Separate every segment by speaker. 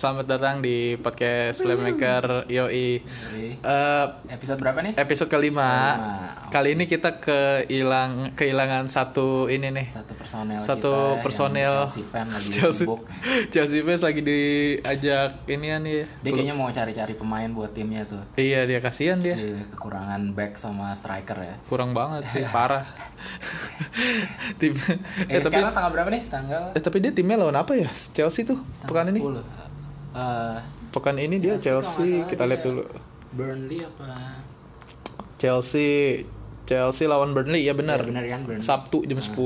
Speaker 1: selamat datang di podcast Playmaker Yoi.
Speaker 2: Episode berapa nih?
Speaker 1: Episode kelima. Kali ini kita kehilangan satu ini nih.
Speaker 2: Satu personel
Speaker 1: Chelsea
Speaker 2: fan lagi
Speaker 1: sibuk. Chelsea fans lagi diajak ini nih.
Speaker 2: Dia kayaknya mau cari-cari pemain buat timnya tuh.
Speaker 1: Iya, dia kasihan dia.
Speaker 2: Iya, kekurangan back sama striker ya.
Speaker 1: Kurang banget sih, parah. Tim.
Speaker 2: Tapi sekarang tanggal berapa nih?
Speaker 1: Tapi dia timnya lawan apa ya? Chelsea tuh pekan ini. Pekan ini dia Chelsea, kita lihat dulu.
Speaker 2: Burnley apa?
Speaker 1: Chelsea lawan Burnley, ya benar.
Speaker 2: Ya, benar kan, Burnley.
Speaker 1: Sabtu jam 10.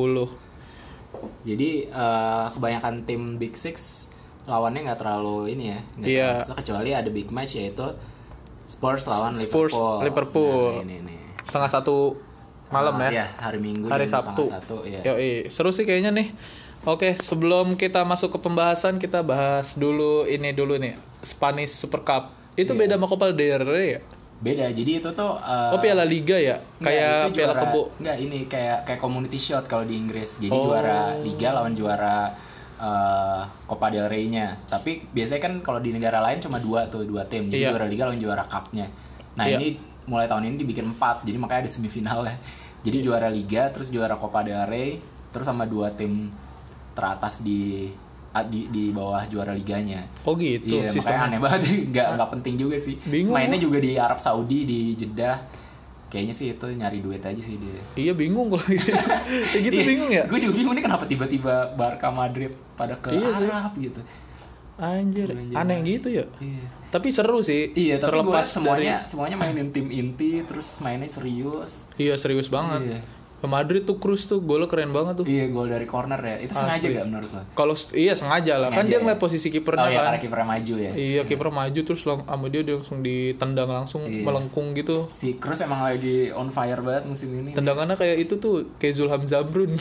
Speaker 2: Jadi kebanyakan tim Big Six lawannya nggak terlalu ini ya.
Speaker 1: Iya.
Speaker 2: Kecuali ada big match yaitu Spurs lawan
Speaker 1: Liverpool.
Speaker 2: Nah, ini.
Speaker 1: 1:30 malam ya.
Speaker 2: Iya, hari Minggu
Speaker 1: hari
Speaker 2: jam
Speaker 1: Sabtu.
Speaker 2: 1:30 ya.
Speaker 1: Yoi, seru sih kayaknya nih. Oke, sebelum kita masuk ke pembahasan, kita bahas dulu nih, Spanish Super Cup. Itu beda sama Copa del Rey ya?
Speaker 2: Beda, jadi itu tuh
Speaker 1: Piala Liga ya? Kayak Piala Kebo.
Speaker 2: Enggak, ini kayak Community Shield kalau di Inggris. Jadi juara Liga lawan juara Copa del Rey-nya. Tapi biasanya kan kalau di negara lain cuma dua tim. Jadi juara Liga lawan juara Cup-nya. Nah, ini mulai tahun ini dibikin 4. Jadi makanya ada semifinalnya. Jadi juara Liga, terus juara Copa del Rey, terus sama 2 tim teratas di bawah juara liganya.
Speaker 1: Oh gitu.
Speaker 2: Iya, makanya aneh banget. Nggak penting juga sih. Mainnya juga di Arab Saudi, di Jeddah. Kayaknya sih itu nyari duit aja sih dia.
Speaker 1: Iya, bingung kalau gitu. Kayak gitu bingung ya.
Speaker 2: Gue juga bingung nih kenapa tiba-tiba Barca Madrid pada ke Arab gitu.
Speaker 1: Anjir, aneh gitu ya.
Speaker 2: Iya.
Speaker 1: Tapi seru sih.
Speaker 2: Iya, tapi
Speaker 1: terlepas
Speaker 2: semuanya mainin tim inti, terus mainnya serius.
Speaker 1: Iya, serius banget. Iya. Ke Madrid tuh Cruz tuh golnya keren banget tuh.
Speaker 2: Iya, gol dari corner ya. Itu sengaja gak menurut lo?
Speaker 1: Kalau sengaja lah. Kan dia ngeliat posisi kipernya kan.
Speaker 2: Karena kipernya maju ya.
Speaker 1: Iya, kiper maju terus sama dia langsung ditendang langsung melengkung gitu.
Speaker 2: Si Cruz emang lagi on fire banget musim ini.
Speaker 1: Tendangannya kayak itu tuh, kayak Zulham Zamrun.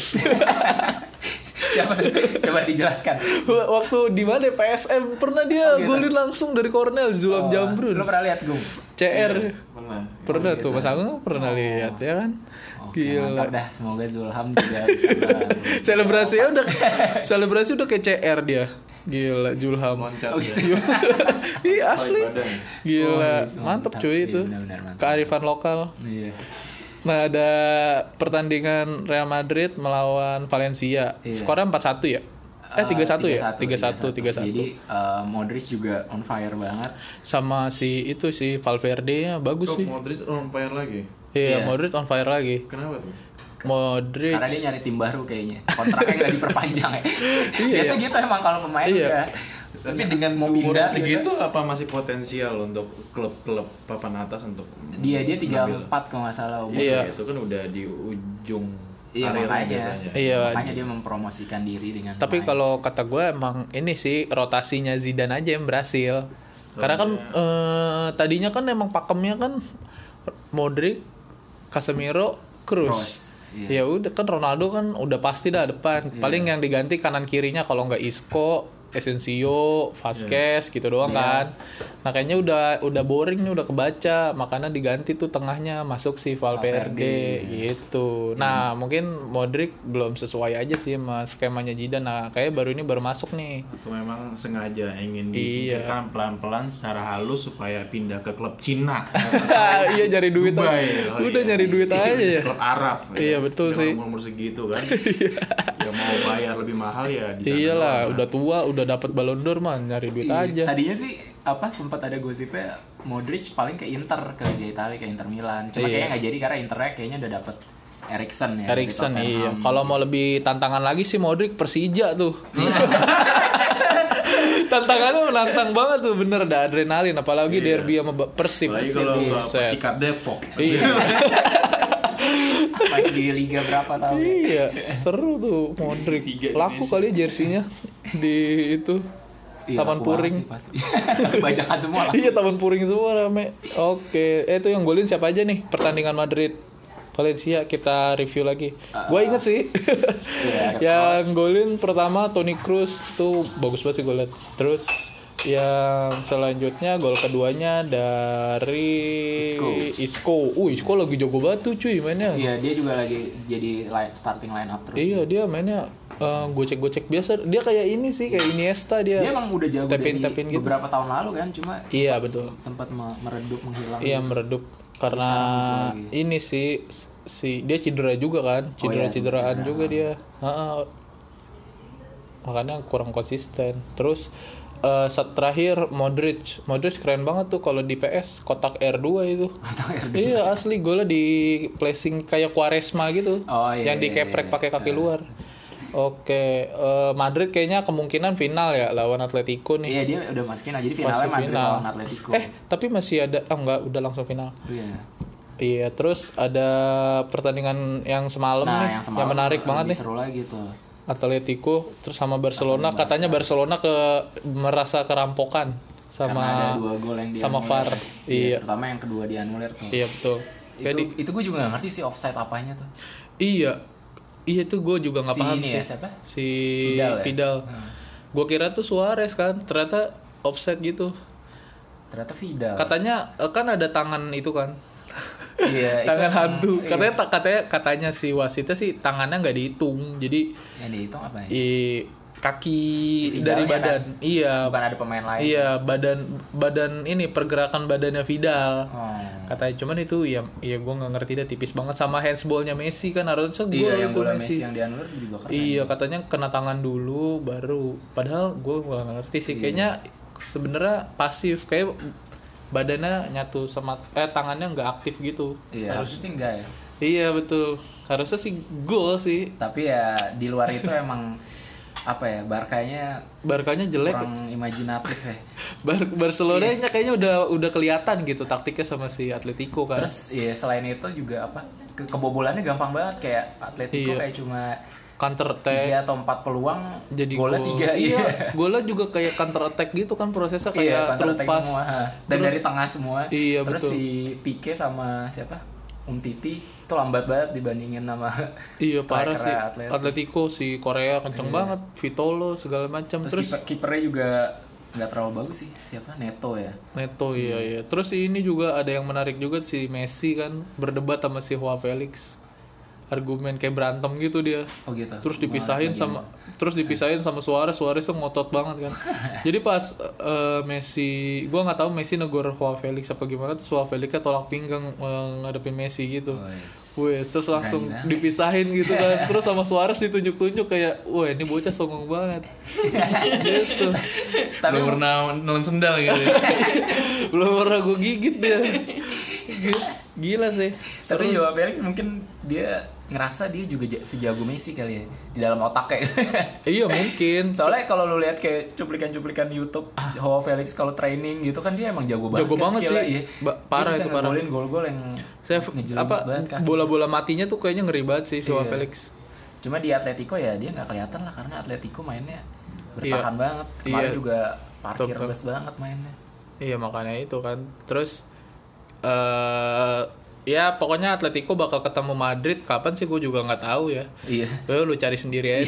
Speaker 2: Siapa tuh? Coba dijelaskan.
Speaker 1: Waktu di mana PSM pernah dia golin langsung dari Cornell Zulham Zamrun.
Speaker 2: Lu pernah lihat Gung?
Speaker 1: CR. Pernah
Speaker 2: gitu.
Speaker 1: tuh, Mas Agung pernah lihat ya kan. Gila.
Speaker 2: Mantap dah, semoga Zulham juga bisa
Speaker 1: Selebrasi udah kayak CR dia. Gila, Zulham.
Speaker 2: Gitu.
Speaker 1: Iya, asli. Gila, mantap cuy itu.
Speaker 2: Benar.
Speaker 1: Kearifan lokal.
Speaker 2: Iya.
Speaker 1: Nah, ada pertandingan Real Madrid melawan Valencia. Skornya 4-1 ya? 3-1 ya? 3-1.
Speaker 2: Jadi Modric juga on fire banget.
Speaker 1: Sama si Valverde-nya bagus sih.
Speaker 3: Modric on fire lagi?
Speaker 1: Iya, Modric on fire lagi.
Speaker 3: Kenapa tuh?
Speaker 1: Modric
Speaker 2: karena dia nyari tim baru kayaknya. Kontraknya nggak diperpanjang ya. Biasa gitu emang kalau pemain udah. Tapi dengan mau pindah
Speaker 3: segitu apa masih potensial untuk klub-klub papan atas untuk
Speaker 2: dia 34 kalau nggak salah.
Speaker 1: Iya.
Speaker 3: Itu kan udah di ujung.
Speaker 2: Iya, makanya dia mempromosikan diri dengan.
Speaker 1: Tapi kalau kata gue emang ini sih rotasinya Zidane aja yang berhasil. Karena kan tadinya kan emang pakemnya kan Modric, Casemiro, Kroos. Ya udah kan Ronaldo kan udah pasti dah depan. Paling yang diganti kanan kirinya kalau nggak Isco, Asensio, Vasquez gitu doang kan. Nah kayaknya udah boring nih, udah kebaca, makanya diganti tuh tengahnya masuk si Valverde gitu. Nah mungkin Modric belum sesuai aja sih sama skemanya Zidane. Nah kayaknya baru masuk nih.
Speaker 3: Atau memang sengaja ingin disingkirkan pelan-pelan secara halus supaya pindah ke klub Cina.
Speaker 1: Iya, nyari duit
Speaker 3: Dubai.
Speaker 1: Udah nyari duit aja ya.
Speaker 3: Klub Arab.
Speaker 1: Iya betul sih.
Speaker 3: Umur segitu kan. Ya mau bayar lebih mahal ya di sana.
Speaker 1: Iyalah, udah tua, udah dapat Ballon d'Or mah nyari duit aja.
Speaker 2: Tadinya sih sempat ada gosipnya Modric paling ke Inter, ke Liga Italia, ke Inter Milan. Cuma kayaknya nggak jadi karena Inter kayaknya udah dapet Eriksen
Speaker 1: iya. Kalau mau lebih tantangan lagi sih Modric Persija tuh. Tantangannya menantang banget tuh, bener, ada adrenalin, apalagi derby sama Persib.
Speaker 3: Apalagi kalau Persikap Depok.
Speaker 1: Iya.
Speaker 2: Main di liga berapa tahun?
Speaker 1: Iya, seru tuh Modric. Laku kali jersinya di itu. Taman Puring.
Speaker 2: Bajakan semua lah.
Speaker 1: Iya, Taman Puring semua rame. Oke, itu yang golin siapa aja nih pertandingan Madrid Valencia, kita review lagi. Gue inget sih. Yang golin pertama Toni Kroos tuh bagus banget sih gue liat. Terus Yang selanjutnya gol keduanya dari Isco. Isco lagi jago banget tuh cuy mainnya.
Speaker 2: Iya, dia juga lagi jadi starting line up terus.
Speaker 1: Iya, dia mainnya gocek-gocek biasa. Dia kayak ini sih, kayak Iniesta dia.
Speaker 2: Dia emang udah jago dari
Speaker 1: gitu.
Speaker 2: Beberapa tahun lalu kan, cuma
Speaker 1: iya betul.
Speaker 2: Sempat meredup, menghilang.
Speaker 1: Iya, meredup karena ini sih dia cedera juga kan. Cederaan juga dia. Makanya kurang konsisten. Terus saat terakhir Modric keren banget tuh kalau di PS kotak R2 itu. Iya asli golnya di placing kayak Quaresma gitu. Yang dikeprek pakai kaki luar. Oke, Madrid kayaknya kemungkinan final ya lawan Atletico nih.
Speaker 2: Iya, dia udah masukin aja. Jadi finalnya Madrid lawan Atletico.
Speaker 1: Tapi masih ada enggak, udah langsung final. Iya, terus ada pertandingan yang semalam nih yang menarik banget nih.
Speaker 2: Seru lagi tuh.
Speaker 1: Atletico terus sama Barcelona. Katanya Barcelona merasa kerampokan sama
Speaker 2: ada 2 gol yang
Speaker 1: sama VAR. Iya.
Speaker 2: Terutama yang kedua dianulir tuh.
Speaker 1: Iya betul.
Speaker 2: Itu gue juga gak ngerti sih offside apanya tuh.
Speaker 1: Iya tuh gue juga nggak paham sih.
Speaker 2: Siapa?
Speaker 1: Si Vidal. Gue kira tuh Suarez kan, ternyata offside gitu.
Speaker 2: Ternyata Vidal.
Speaker 1: Katanya kan ada tangan itu kan.
Speaker 2: Iya,
Speaker 1: tangan hantu. Katanya si wasitnya sih tangannya nggak dihitung. Jadi
Speaker 2: yang dihitung apa ya?
Speaker 1: Kaki dari badan. Kan? Iya.
Speaker 2: Bukan ada pemain lain.
Speaker 1: Iya, badan ini pergerakan badannya Vidal. Katanya cuman itu ya gue nggak ngerti deh, tipis banget sama handsballnya Messi kan harusnya gol itu Messi.
Speaker 2: Yang dianulir juga keren.
Speaker 1: Iya, katanya kena tangan dulu baru. Padahal gue nggak ngerti sih. Kayaknya sebenarnya pasif, kayak badannya nyatu sama tangannya nggak aktif gitu.
Speaker 2: Iya, harusnya sih enggak ya.
Speaker 1: Iya betul, harusnya sih gol sih.
Speaker 2: Tapi ya di luar itu emang apa ya, Barkanya jelek, kurang imajinatif ya.
Speaker 1: Barcelonanya kayaknya udah kelihatan gitu taktiknya sama si Atletico kan.
Speaker 2: Terus ya selain itu juga apa, kebobolannya gampang banget, kayak Atletico kayak cuma
Speaker 1: counter attack
Speaker 2: 3 atau 4 peluang
Speaker 1: jadi
Speaker 2: golnya 3.
Speaker 1: Iya. Golnya juga kayak counter attack gitu kan, prosesnya kayak terupas
Speaker 2: dan dari tengah semua.
Speaker 1: Iya,
Speaker 2: terus
Speaker 1: betul.
Speaker 2: Si Pique sama siapa? Titi itu lambat banget dibandingin sama
Speaker 1: parah sih. Atletico si Korea kenceng banget, Vitolo segala macam.
Speaker 2: Terus kipernya juga nggak terlalu bagus sih. Siapa? Neto ya.
Speaker 1: Iya. Terus ini juga ada yang menarik juga, si Messi kan berdebat sama si Joao Felix. Argumen kayak berantem gitu dia.
Speaker 2: Gitu.
Speaker 1: Terus dipisahin sama Suarez tuh ngotot banget kan. Jadi pas Messi, gua nggak tahu Messi negor Joao Felix apa gimana, terus Joao Felixnya tolak pinggang ngadepin Messi gitu. Terus langsung dipisahin gitu kan. Terus sama Suarez ditunjuk-tunjuk kayak, wah ini bocah songong banget. Gitu.
Speaker 3: Tapi belum pernah nelen sendal gitu.
Speaker 1: Belum pernah gue gigit dia. Gila sih.
Speaker 2: Tapi Joao Felix mungkin dia ngerasa dia juga sejago Messi kali ya di dalam otaknya.
Speaker 1: Iya mungkin.
Speaker 2: Soalnya kalau lu lihat kayak cuplikan YouTube Joao Felix kalau training gitu kan dia emang jago banget.
Speaker 1: Jago banget sih. Iya. Parah itu, parah.
Speaker 2: Ngegolin gol-gol yang
Speaker 1: bola-bola matinya tuh kayaknya ngeri banget sih Joao Felix.
Speaker 2: Cuma di Atletico ya dia nggak kelihatan lah, karena Atletico mainnya bertahan banget. Kemarin juga parkir bus banget mainnya.
Speaker 1: Iya makanya itu kan. Terus ya pokoknya Atletico bakal ketemu Madrid kapan sih gue juga nggak tahu ya.
Speaker 2: Iya.
Speaker 1: Lu cari sendiri aja.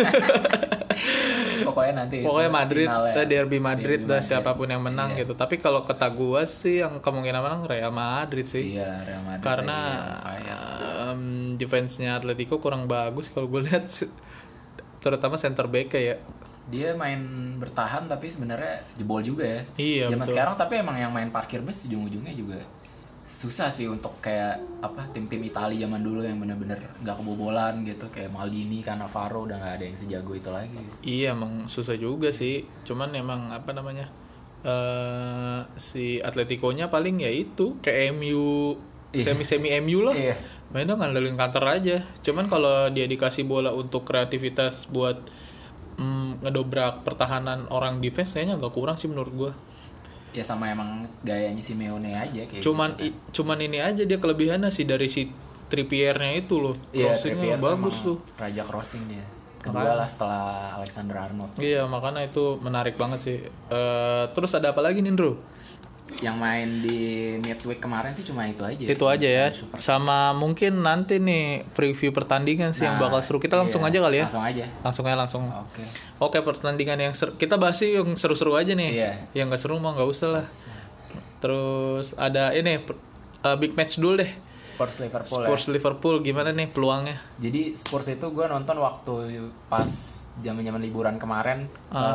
Speaker 1: Pokoknya Madrid, derby Madrid dah, siapapun yang menang gitu. Tapi kalau kata gue sih yang kemungkinan menang Real Madrid sih.
Speaker 2: Iya, Real Madrid.
Speaker 1: Karena defense-nya Atletico kurang bagus kalau gue lihat, terutama center back ya.
Speaker 2: Dia main bertahan tapi sebenarnya jebol juga ya.
Speaker 1: Iya,
Speaker 2: zaman
Speaker 1: betul.
Speaker 2: Sekarang tapi emang yang main parkir bus ujung-ujungnya juga susah sih untuk kayak tim-tim Italia zaman dulu yang benar-benar nggak kebobolan gitu, kayak Maldini, Cannavaro udah nggak ada yang sejago itu lagi.
Speaker 1: Iya emang susah juga sih, cuman emang si Atletico-nya paling ya itu kayak MU, semi MU lah.
Speaker 2: Iya.
Speaker 1: Mainnya ngandelin counter aja. Cuman kalau dia dikasih bola untuk kreativitas buat ngedobrak pertahanan orang defense, kayaknya agak kurang sih menurut gua.
Speaker 2: Ya sama emang gayanya Simeone aja kayak
Speaker 1: cuman
Speaker 2: gitu kan.
Speaker 1: Cuman ini aja dia kelebihannya sih dari si Trippier-nya itu loh. Crossing-nya bagus tuh.
Speaker 2: Raja crossing dia. Kedua lah setelah Alexander Arnold.
Speaker 1: Iya, makanya itu menarik banget sih. Terus ada apa lagi nih, Bro?
Speaker 2: yang main di midweek kemarin sih cuma itu aja.
Speaker 1: Itu aja ya. Sama mungkin nanti nih preview pertandingan sih yang bakal seru. Kita langsung aja kali ya. Langsung. Oke, pertandingan yang kita bahas sih yang seru-seru aja nih.
Speaker 2: Iya.
Speaker 1: Yang nggak seru mah nggak usah lah. Terus ada ini big match dulu deh. Spurs Liverpool gimana nih peluangnya?
Speaker 2: Jadi Spurs itu gue nonton waktu pas zaman liburan kemarin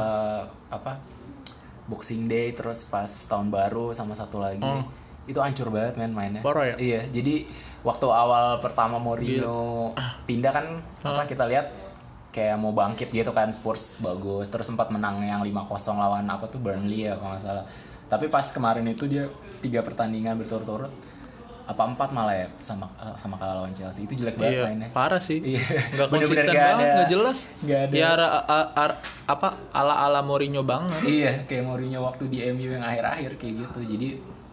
Speaker 2: Boxing Day, terus pas tahun baru sama satu lagi itu hancur banget mainnya.
Speaker 1: Parah ya?
Speaker 2: Iya, jadi waktu awal pertama Mourinho pindah kan kita lihat kayak mau bangkit gitu kan, Spurs bagus, terus sempat menang yang 5-0 lawan Burnley ya kalau nggak salah. Tapi pas kemarin itu dia 3 pertandingan berturut-turut 4 malah ya sama kalah lawan Chelsea. Itu jelek banget mainnya.
Speaker 1: Parah sih.
Speaker 2: Iya.
Speaker 1: Nggak konsisten banget, nggak jelas.
Speaker 2: Nggak ada.
Speaker 1: Ya ala Mourinho banget.
Speaker 2: Iya, kayak Mourinho waktu di MU yang akhir-akhir kayak gitu. Jadi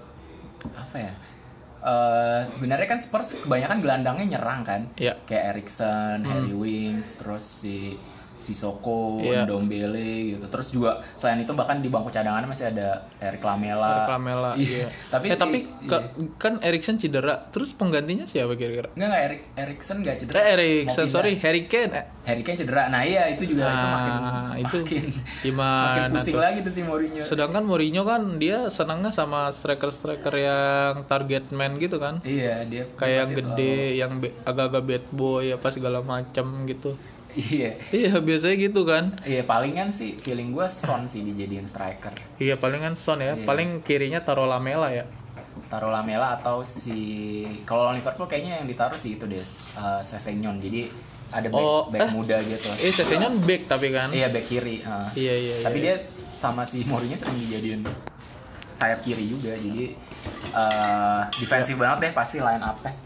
Speaker 2: sebenarnya kan Spurs kebanyakan gelandangnya nyerang kan.
Speaker 1: Iya.
Speaker 2: Kayak Eriksen, Harry Winks, terus si Sissoko, Ndombele gitu. Terus juga selain itu bahkan di bangku cadangan masih ada Eric Lamela.
Speaker 1: Iya. Tapi kan Eriksen cedera. Terus penggantinya siapa kira-kira?
Speaker 2: Enggak, Eriksen enggak cedera.
Speaker 1: Harry Kane.
Speaker 2: Harry Kane cedera. Nah, iya itu juga
Speaker 1: itu gimana
Speaker 2: makin pusing lagi tuh si Mourinho.
Speaker 1: Sedangkan Mourinho kan dia senangnya sama striker-striker yang target man gitu kan.
Speaker 2: Iya, dia
Speaker 1: kayak yang gede, yang agak-agak bad boy apa segala macam gitu. Iya biasanya gitu kan.
Speaker 2: Iya, palingan sih feeling gue Son sih dijadiin striker.
Speaker 1: Iya, palingan Son ya. Paling kirinya taruh Lamela ya.
Speaker 2: Taruh Lamela atau kalau Liverpool kayaknya yang ditaruh sih itu deh, Sessegnon. Jadi ada back muda gitu.
Speaker 1: Sessegnon back tapi kan.
Speaker 2: Iya, back kiri.
Speaker 1: Iya.
Speaker 2: Tapi dia sama si Mourinho sering dijadiin sayap kiri juga. Jadi defensif banget deh pasti line up-nya.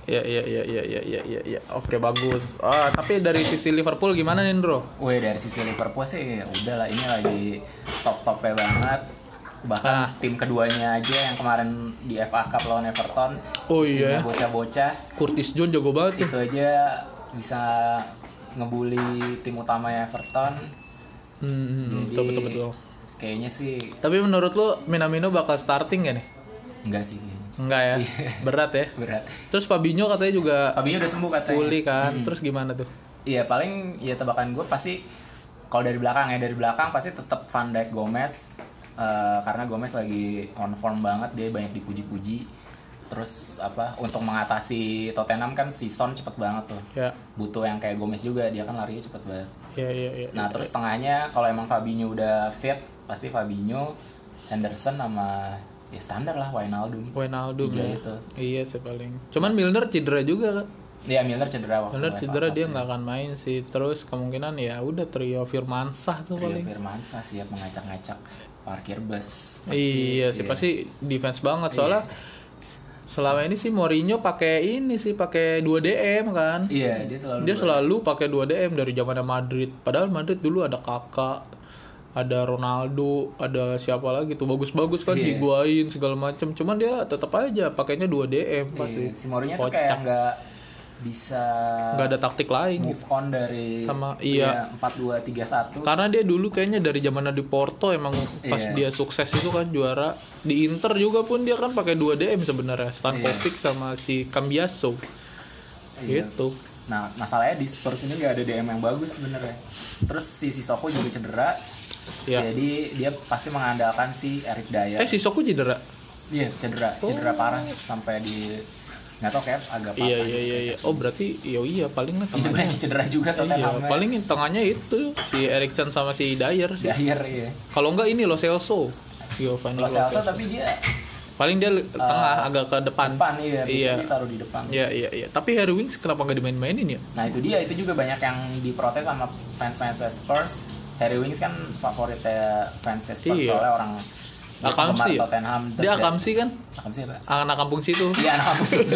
Speaker 1: Iya. Oke, bagus. Tapi dari sisi Liverpool gimana nih, Bro?
Speaker 2: Dari sisi Liverpool sih udahlah, ini lagi top-topnya banget. Bahkan tim keduanya aja yang kemarin di FA Cup lawan Everton.
Speaker 1: Iya.
Speaker 2: Bocah-bocah.
Speaker 1: Curtis Jones jago banget
Speaker 2: itu aja bisa ngebully tim utamanya Everton.
Speaker 1: Jadi, betul.
Speaker 2: Kayaknya sih.
Speaker 1: Tapi menurut lo Minamino bakal starting gak nih?
Speaker 2: Enggak sih.
Speaker 1: Enggak ya? Berat ya?
Speaker 2: Berat.
Speaker 1: Terus Fabinho katanya juga
Speaker 2: udah sembuh katanya.
Speaker 1: Pulih kan? Terus gimana tuh?
Speaker 2: Iya, paling ya tebakan gue pasti kalau dari belakang pasti tetap Van Dijk, Gomez. Karena Gomez lagi on form banget, dia banyak dipuji-puji. Terus untuk mengatasi Tottenham kan si Son cepet banget tuh.
Speaker 1: Ya.
Speaker 2: Butuh yang kayak Gomez juga, dia kan larinya cepet banget.
Speaker 1: Iya.
Speaker 2: Nah, terus tengahnya kalau emang Fabinho udah fit, pasti Fabinho, Henderson sama ya standar lah Wijnaldum
Speaker 1: ya.
Speaker 2: Itu.
Speaker 1: Iya sih paling. Cuman Milner cedera juga kan?
Speaker 2: Iya, Milner cedera
Speaker 1: dia nggak akan main sih. Terus kemungkinan ya udah trio Firmansyah tuh paling.
Speaker 2: Firmansyah siap mengacak-ngacak parkir bus.
Speaker 1: Pasti defense banget soalnya. Selama ini sih Mourinho pakai 2 DM kan?
Speaker 2: Iya,
Speaker 1: dia selalu pakai 2 DM dari zamannya Madrid. Padahal Madrid dulu ada Kakak, ada Ronaldo, ada siapa lagi tuh bagus-bagus kan, Higuain segala macam. Cuman dia tetap aja pakainya 2 DM pasti.
Speaker 2: Si Mourinho tuh kayak nggak
Speaker 1: ada taktik lain
Speaker 2: move on dari
Speaker 1: sama
Speaker 2: 4-2-3-1.
Speaker 1: Karena dia dulu kayaknya dari zaman di Porto emang pas dia sukses itu kan juara. Di Inter juga pun dia kan pakai 2 DM sebenarnya, Stankovic sama si Cambiaso. Gitu.
Speaker 2: Nah, masalahnya di Spurs ini nggak ada DM yang bagus sebenarnya. Terus si Sissoko juga cedera. Jadi dia pasti mengandalkan si Eric Dyer.
Speaker 1: Sissoko cedera?
Speaker 2: Iya, cedera parah sampai di nggak tau kayak agak patah.
Speaker 1: Iya. Oh berarti iya paling lah
Speaker 2: tengahnya. Itu cedera juga Tottenham.
Speaker 1: Iya, paling tengahnya itu si Eriksen sama si Dyer sih.
Speaker 2: Iya.
Speaker 1: Kalau enggak ini Lo Celso.
Speaker 2: Lo Celso tapi dia
Speaker 1: paling dia tengah agak ke depan.
Speaker 2: Iya. Taruh di depan.
Speaker 1: Iya. Tapi Harry Winks kenapa nggak dimain-mainin ya?
Speaker 2: Nah itu juga banyak yang diprotes sama fans Spurs. Harry Winks kan favoritnya fans Spurs soalnya orang
Speaker 1: Akamsi ya? Dia Akamsi kan?
Speaker 2: Akamsi apa?
Speaker 1: Anak kampung situ.
Speaker 2: Iya, anak kampung situ.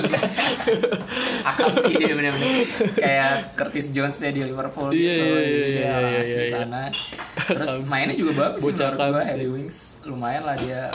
Speaker 2: Akamsi dia bener-bener kayak Curtis Jones ya di Liverpool gitu. Iya. Sana. Terus mainnya juga bagus sih menurut gue. Harry Winks lumayan lah dia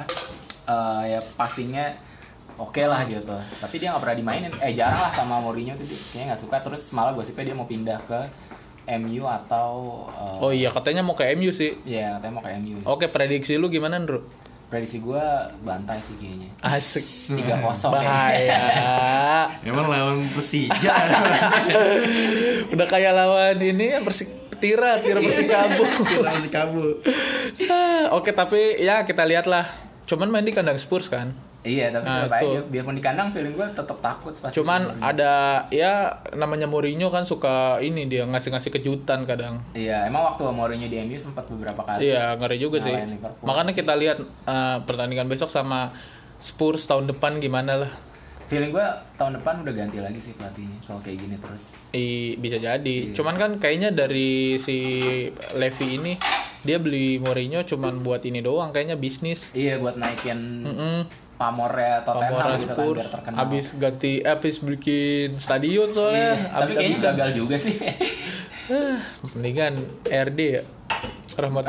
Speaker 2: ya passingnya oke lah gitu. Tapi dia nggak pernah dimainin. Jarang lah sama Mourinho tuh dia kayaknya nggak suka. Terus malah gosipnya dia mau pindah ke MU atau
Speaker 1: katanya mau ke MU sih.
Speaker 2: Iya, katanya mau ke MU.
Speaker 1: Oke, prediksi lu gimana, Bro?
Speaker 2: Prediksi gue bantai sih kayaknya.
Speaker 1: Asik.
Speaker 2: 3-0
Speaker 1: Bahaya.
Speaker 3: Emang lawan Persija.
Speaker 1: Udah kayak lawan ini yang Tira Persikabo.
Speaker 3: Persikabo.
Speaker 1: Oke, tapi ya kita lihatlah. Cuman main di kandang Spurs kan.
Speaker 2: Iya, tapi tetap aja biarpun di kandang feeling gue tetap takut pasti.
Speaker 1: Cuman ada ya namanya Mourinho kan suka ini dia ngasih kejutan kadang.
Speaker 2: Iya, emang waktu Mourinho di MU sempat beberapa kali.
Speaker 1: Iya, ngeri juga sih.
Speaker 2: Liverpool.
Speaker 1: Makanya kita lihat pertandingan besok sama Spurs tahun depan gimana lah.
Speaker 2: Feeling gue tahun depan udah ganti lagi sih pelatihnya kalau kayak gini terus.
Speaker 1: Bisa jadi. Cuman kan kayaknya dari si Levy ini dia beli Mourinho cuman buat ini doang, kayaknya bisnis.
Speaker 2: Iya, buat naikin pamornya Tottenham gitu kan biar terkenal.
Speaker 1: Abis bikin stadion soalnya.
Speaker 2: Tapi kayaknya gagal juga sih.
Speaker 1: Mendingan RD ya. Rahmat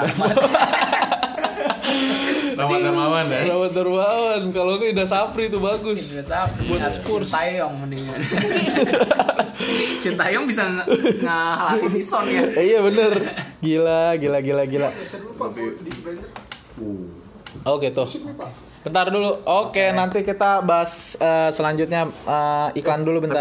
Speaker 3: Darmawan ya.
Speaker 1: Rahmat Darmawan. Kalau gue Ida Sapri itu bagus.
Speaker 2: Ida Sapri buat Spurs. Sintayong mendingan. Sintayong bisa ngelatih si Son ya.
Speaker 1: Iya bener. Gila. Oke tuh. Bentar dulu. Oke, nanti kita bahas selanjutnya. Iklan dulu bentar.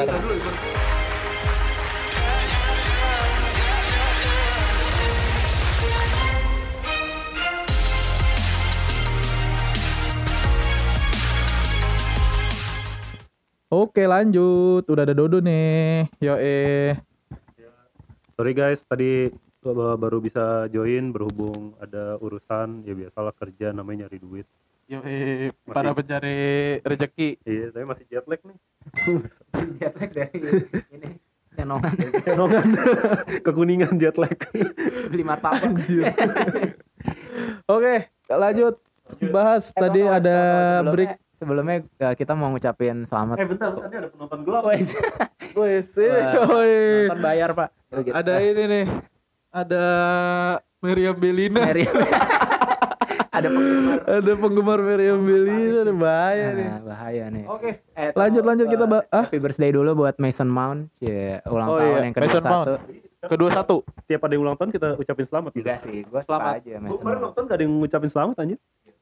Speaker 1: Oke, lanjut. Udah ada Dodo nih.
Speaker 4: Sorry guys, tadi baru bisa join berhubung ada urusan, ya biasalah kerja namanya nyari duit.
Speaker 1: Para pencari rezeki.
Speaker 4: Iya, saya masih jet lag nih.
Speaker 2: Jet lag dari ini Cenongan.
Speaker 4: Kekuningan jet lag.
Speaker 2: Beli martabak.
Speaker 1: Oke, lanjut. Bahas tadi ada break.
Speaker 2: Sebelumnya kita mau ngucapin selamat.
Speaker 4: Bentar, tadi ada penonton gelap.
Speaker 2: Nonton bayar, Pak.
Speaker 1: Ada ini nih. Ada Meriam Bellina. Ada penggemar Meriam Bellina, ada bahaya nih.
Speaker 2: Bahaya nih.
Speaker 1: Oke. Lanjut kita
Speaker 2: happy birthday dulu buat Mason Mount. Ulang tahun yang
Speaker 1: ke-21.
Speaker 4: Tiap ada ulang tahun kita ucapin selamat.
Speaker 2: Enggak sih, gue selamat aja Mason.
Speaker 4: Kemarin nonton gak ada yang ngucapin selamat anjir.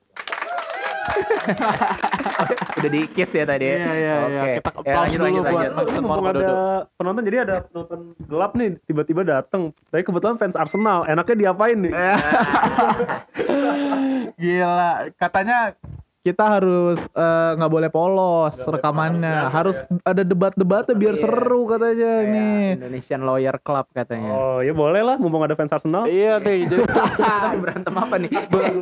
Speaker 2: Udah di kiss ya tadi.
Speaker 1: Iya. Kita applause dulu buat
Speaker 4: Mumpung ada penonton, jadi ada penonton gelap nih tiba-tiba datang. Tapi kebetulan fans Arsenal, enaknya diapain nih?
Speaker 1: Gila, katanya kita harus nggak boleh polos rekamannya, harus ada debat-debatnya biar seru katanya nih.
Speaker 2: Indonesian Lawyer Club katanya.
Speaker 4: Oh ya boleh lah, mumpung ada fans Arsenal.
Speaker 1: Iya nih, jadi
Speaker 2: kita berantem apa nih?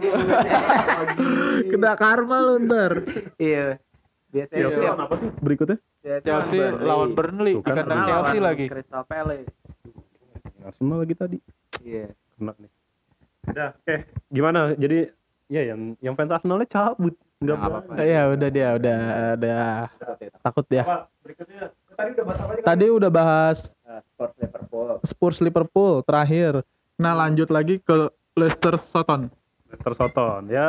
Speaker 1: Kena karma lu ntar.
Speaker 2: Iya. Biasanya
Speaker 4: Chelsea lawan apa sih berikutnya?
Speaker 1: Chelsea lawan Burnley,
Speaker 4: Bukan,
Speaker 1: kandang Chelsea lagi.
Speaker 2: Crystal Palace.
Speaker 4: Arsenal lagi tadi.
Speaker 2: Iya.
Speaker 4: Kena nih. Udah, oke. Gimana? Jadi ya yang fans Arsenalnya cabut. Enggak apa-apa.
Speaker 1: Iya, udah dia udah takut dia.
Speaker 4: Apa? Berikutnya tadi udah bahas apa?
Speaker 1: Tadi udah bahas
Speaker 2: Spurs
Speaker 1: Liverpool terakhir. Nah, lanjut lagi ke Leicester Soton.
Speaker 4: Ya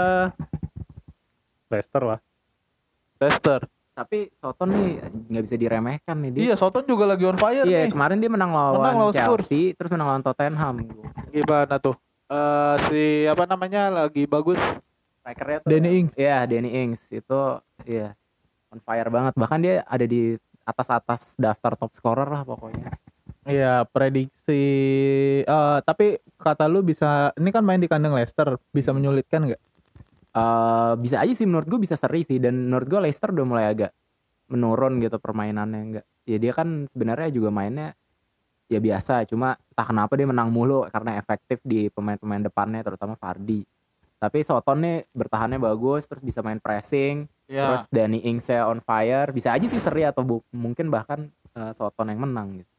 Speaker 4: Leicester lah.
Speaker 1: Leicester.
Speaker 2: Tapi Soton nih nggak bisa diremehkan nih dia.
Speaker 1: Iya, Soton juga lagi on fire
Speaker 2: Iya,
Speaker 1: nih.
Speaker 2: kemarin dia menang lawan Chelsea, terus menang lawan Tottenham.
Speaker 1: Gimana tuh? Si apa namanya lagi bagus.
Speaker 2: Strikernya tuh
Speaker 1: Danny Ings.
Speaker 2: Iya, Danny Ings itu iya on fire banget. Bahkan dia ada di atas daftar top scorer lah pokoknya.
Speaker 1: Iya, prediksi tapi kata lu bisa, ini kan main di kandang Leicester, bisa menyulitkan nggak?
Speaker 2: Bisa aja sih, menurut gue bisa seri sih. Dan menurut gue Leicester udah mulai agak menurun gitu permainannya. Enggak ya, dia kan sebenarnya juga mainnya ya biasa, cuma entah kenapa dia menang mulu karena efektif di pemain-pemain depannya, terutama Vardy. Tapi Soton nih bertahannya bagus, terus bisa main pressing, terus Danny Ings-nya on fire, bisa aja sih seri atau mungkin bahkan Soton yang menang gitu.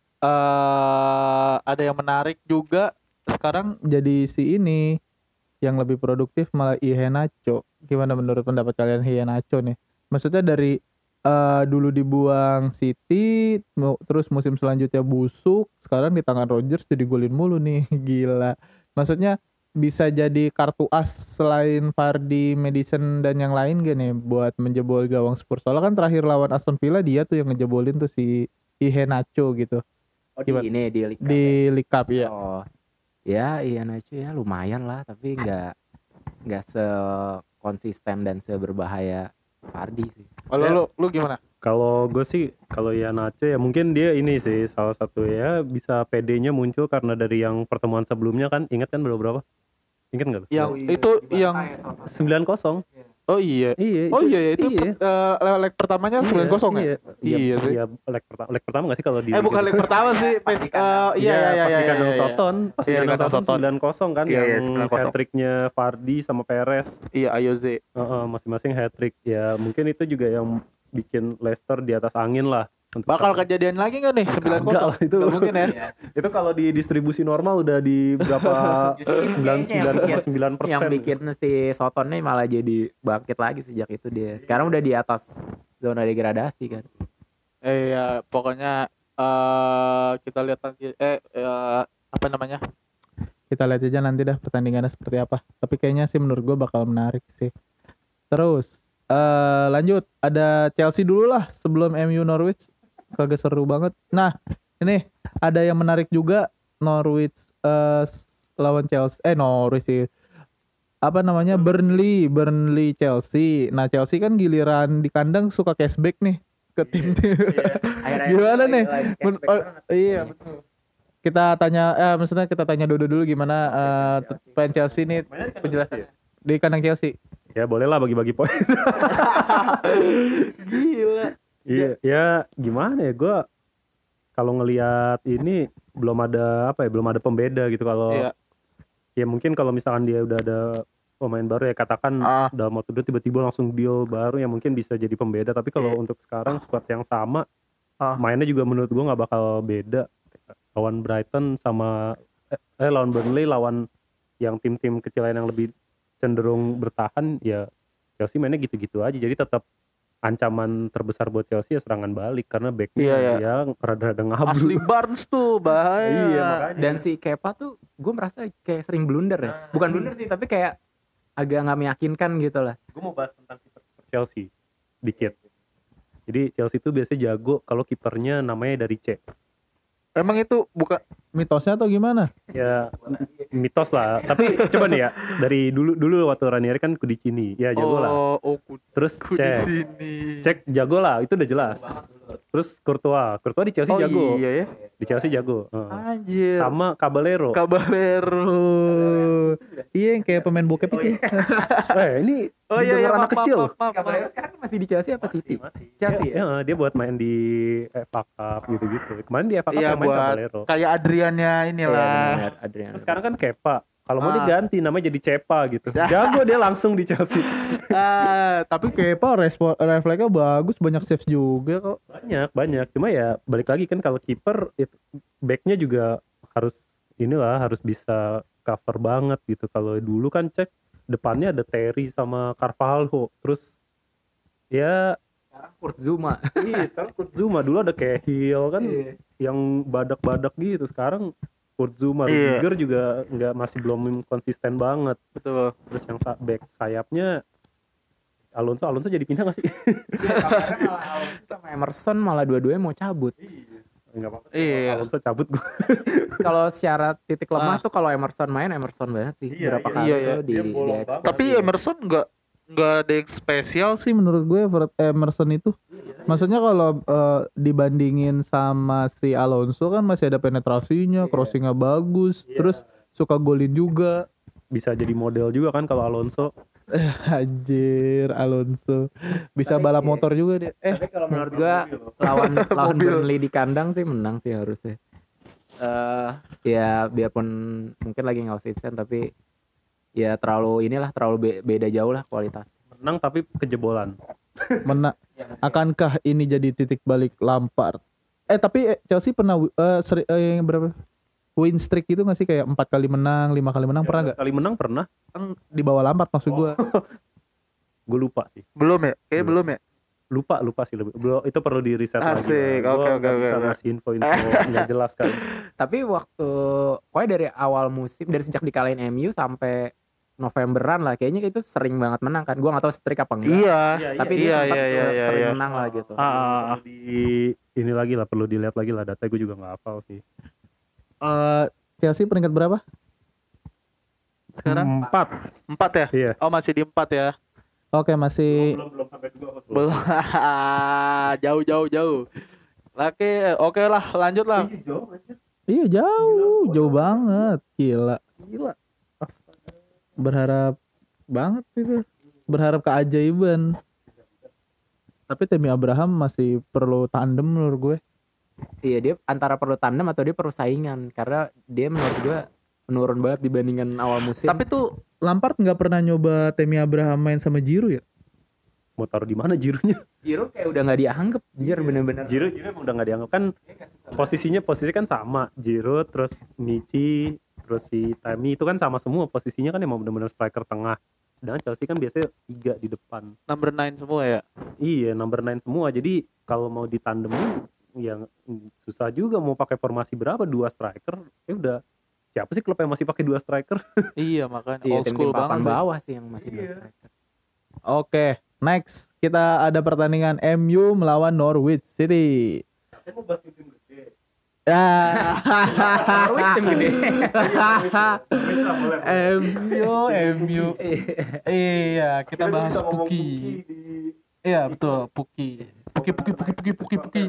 Speaker 1: Ada yang menarik juga sekarang jadi si ini yang lebih produktif malah Iheanacho. Gimana menurut pendapat kalian Iheanacho nih? Maksudnya dari dulu dibuang City, terus musim selanjutnya busuk, sekarang di tangan Rodgers jadi golin mulu nih. Gila. Maksudnya bisa jadi kartu as selain Vardy, Maddison dan yang lain gak nih buat menjebol gawang Spurs. Soalnya kan terakhir lawan Aston Villa dia tuh yang ngejebolin tuh si Iheanacho gitu.
Speaker 2: Di League Cup
Speaker 1: ya.
Speaker 2: Oh. Ya, Iheanacho ya lumayan lah, tapi enggak sekonsisten dan seberbahaya Vardy sih.
Speaker 1: Kalau lu gimana?
Speaker 4: Kalau gue sih, kalau Iheanacho ya mungkin dia ini sih salah satu ya bisa PD-nya muncul karena dari yang pertemuan sebelumnya kan, ingat kan berapa? Ingat nggak?
Speaker 1: Yang itu yang
Speaker 4: 9-0.
Speaker 1: Oh iya.
Speaker 4: Iya.
Speaker 1: Oh iya itu
Speaker 4: Iya.
Speaker 1: leg pertamanya 9-0 ya? Iya sih.
Speaker 4: Iya, leg pertama nggak sih kalau di
Speaker 1: Bukan leg pertama sih.
Speaker 2: Pas di kandang.
Speaker 1: Iya.
Speaker 4: pas di kandang Soton, pas di
Speaker 1: Iya,
Speaker 4: kandang Soton
Speaker 1: Soton.
Speaker 4: 9-0 kan,
Speaker 1: Iya,
Speaker 4: yang
Speaker 1: 9-0.
Speaker 4: hat-tricknya Vardy sama Perez.
Speaker 1: Iya, Ayoze.
Speaker 4: Masing-masing hat-trick. Ya mungkin itu juga yang bikin Leicester di atas angin lah.
Speaker 1: Bakal kejadian lagi nggak nih 9-0?
Speaker 4: Enggak lah, itu
Speaker 1: Nggak mungkin ya.
Speaker 4: itu kalau di distribusi normal udah di berapa 99,9%.
Speaker 2: Yang bikin si Soton nih malah jadi bangkit lagi sejak itu dia. Sekarang udah di atas zona degradasi kan.
Speaker 1: Ya pokoknya kita lihat lagi apa namanya? Kita lihat aja nanti dah pertandingannya seperti apa. Tapi kayaknya sih menurut gue bakal menarik sih. Terus lanjut, ada Chelsea dulu lah sebelum MU Norwich. Kagak seru banget. Nah, ini ada yang menarik juga, Norwich lawan Chelsea. Norwich sih. Apa namanya? Burnley Chelsea. Nah, Chelsea kan giliran di kandang suka cashback nih ke tim. Gimana nih? Iya, betul. Kita tanya maksudnya kita tanya Dodo dulu gimana fan Chelsea nih penjelasannya di kandang Chelsea.
Speaker 4: Ya boleh lah bagi-bagi poin.
Speaker 1: Gila.
Speaker 4: Iya, ya gimana ya, gue kalau ngelihat ini belum ada pembeda gitu kalau ya mungkin kalau misalkan dia udah ada pemain baru ya katakan dalam waktu itu tiba-tiba langsung deal baru ya mungkin bisa jadi pembeda, tapi kalau untuk sekarang squad yang sama mainnya juga menurut gue nggak bakal beda. Lawan Brighton sama lawan Burnley, lawan yang tim-tim kecil lain yang lebih cenderung bertahan, ya Chelsea mainnya gitu-gitu aja, jadi tetap ancaman terbesar buat Chelsea ya serangan balik karena backnya ya rada-rada ngablu.
Speaker 1: Ashley Barnes tuh bahaya.
Speaker 4: Iya, makanya.
Speaker 2: Dan si Kepa tuh gue merasa kayak sering blunder ya. Bukan blunder sih, tapi kayak agak nggak meyakinkan gitu lah.
Speaker 4: Gue mau bahas tentang kiper Chelsea dikit. Jadi Chelsea tuh biasanya jago kalau kipernya namanya dari C.
Speaker 1: Emang itu bukan mitosnya atau gimana?
Speaker 4: Ya mitos lah. Tapi coba nih ya, dari dulu waktu Ranieri kan Kudicini, ya jago lah. Terus cek jago lah, itu udah jelas. Terus Courtois di Chelsea jago.
Speaker 1: Iya ya.
Speaker 4: Di Chelsea jago.
Speaker 1: Anjir.
Speaker 4: Sama Caballero.
Speaker 1: Iya yang kayak pemain bokep itu.
Speaker 4: Ini anak kecil.
Speaker 2: Caballero sekarang masih di Chelsea apa City? Chelsea
Speaker 4: ya? Dia buat main di FA Cup gitu-gitu. Kemarin di FA Cup main Caballero.
Speaker 1: Kayak Adriannya inilah.
Speaker 2: Adrian.
Speaker 4: Terus sekarang kan Kepa. Kalau mau diganti namanya jadi Cepa gitu. Jago dia langsung di Chelsea.
Speaker 1: Tapi Kepa refleksnya bagus, banyak saves juga kok.
Speaker 4: Banyak. Cuma ya balik lagi kan kalau kiper backnya juga harus bisa cover banget gitu. Kalau dulu kan cek depannya ada Terry sama Carvalho. Terus ya
Speaker 2: sekarang Kurt Zouma.
Speaker 4: Sekarang Kurt Zouma, dulu ada Cahill kan yang badak-badak gitu. Sekarang Kurt Zouma, Rudiger juga masih belum konsisten banget.
Speaker 1: Betul.
Speaker 4: Terus yang back sayapnya Alonso jadi pindah nggak sih?
Speaker 2: Kabarnya malah Alonso sama Emerson malah dua-duanya mau cabut.
Speaker 4: Nggak apa-apa. Alonso cabut gue.
Speaker 2: Kalau secara titik lemah tuh kalau Emerson main Emerson banget sih. Berapa kali tuh di
Speaker 1: Tapi Emerson nggak ada yang spesial sih menurut gue Emerson itu. Maksudnya kalau dibandingin sama si Alonso kan masih ada penetrasinya, crossingnya bagus, terus suka golin juga.
Speaker 4: Bisa jadi model juga kan kalau Alonso.
Speaker 1: Anjir, Alonso bisa balap motor juga dia.
Speaker 2: Tapi kalau menurut gua lawan Burnley di kandang sih menang sih harusnya. Ya biarpun mungkin lagi nggak konsisten tapi ya terlalu beda jauh lah kualitas.
Speaker 4: Menang tapi kejebolan.
Speaker 1: Akankah ini jadi titik balik Lampard? Tapi Chelsea pernah berapa? Win streak itu nggak sih, kayak 4 kali menang, 5 kali menang, pernah nggak?
Speaker 4: 4 kali menang pernah.
Speaker 1: Di bawah Lampard maksud gue.
Speaker 4: Gue lupa sih.
Speaker 1: Belum ya? Kayaknya belum ya?
Speaker 4: Lupa sih lebih. Itu perlu di riset lagi.
Speaker 1: Asik, oke.
Speaker 4: Bisa ngasih info nggak jelas kan.
Speaker 2: Tapi pokoknya dari awal musim, dari sejak dikalahin MU sampai Novemberan lah, kayaknya itu sering banget menang kan. Gue nggak tahu streak apa enggak.
Speaker 1: Iya.
Speaker 2: Tapi dia sempat sering menang lah gitu.
Speaker 4: Ini lagi lah, perlu dilihat lagi lah, data gue juga nggak hafal sih.
Speaker 1: Chelsea peringkat berapa sekarang?
Speaker 4: 4
Speaker 1: ya?
Speaker 4: Iya.
Speaker 1: Oh masih di 4 ya. Oke, masih
Speaker 4: belum sampai 2 host.
Speaker 1: belum. Jauh. Oke lah, lanjut lah. Iya, jauh banget. Gila.
Speaker 4: Astaga.
Speaker 1: Berharap banget itu. Berharap keajaiban. Tapi Tammy Abraham masih perlu tandem menurut gue.
Speaker 2: Iya, dia antara perlu tandem atau dia perlu saingan karena dia menurut gue menurun banget dibandingkan awal musim.
Speaker 1: Tapi tuh Lampard nggak pernah nyoba Tammy Abraham main sama Giroud ya?
Speaker 4: Mau taruh di mana Giroudnya?
Speaker 2: Giroud kayak udah nggak dianggap, bener-bener.
Speaker 4: Giroud emang udah nggak dianggap kan, posisi kan sama. Giroud, terus Michi, terus si Tammy itu kan sama semua posisinya kan, emang bener-bener striker tengah. Sedangkan Chelsea kan biasanya 3 di depan.
Speaker 1: Number 9 semua ya?
Speaker 4: Iya, number 9 semua. Jadi kalau mau ditandemin ya susah juga, mau pakai formasi berapa, 2 striker. Ya udah, siapa sih klub yang masih pakai 2 striker?
Speaker 1: Iya, makanya
Speaker 2: Iya,
Speaker 1: old school banget.
Speaker 2: bawah sih yang masih 2 striker.
Speaker 1: Oke, next kita ada pertandingan MU melawan Norwich City.
Speaker 4: Aku bahas tim gede.
Speaker 1: Ya.
Speaker 2: Norwich tim gede.
Speaker 1: MU. Iya, kita bahas Puki. Iya, betul, Puki. Puki.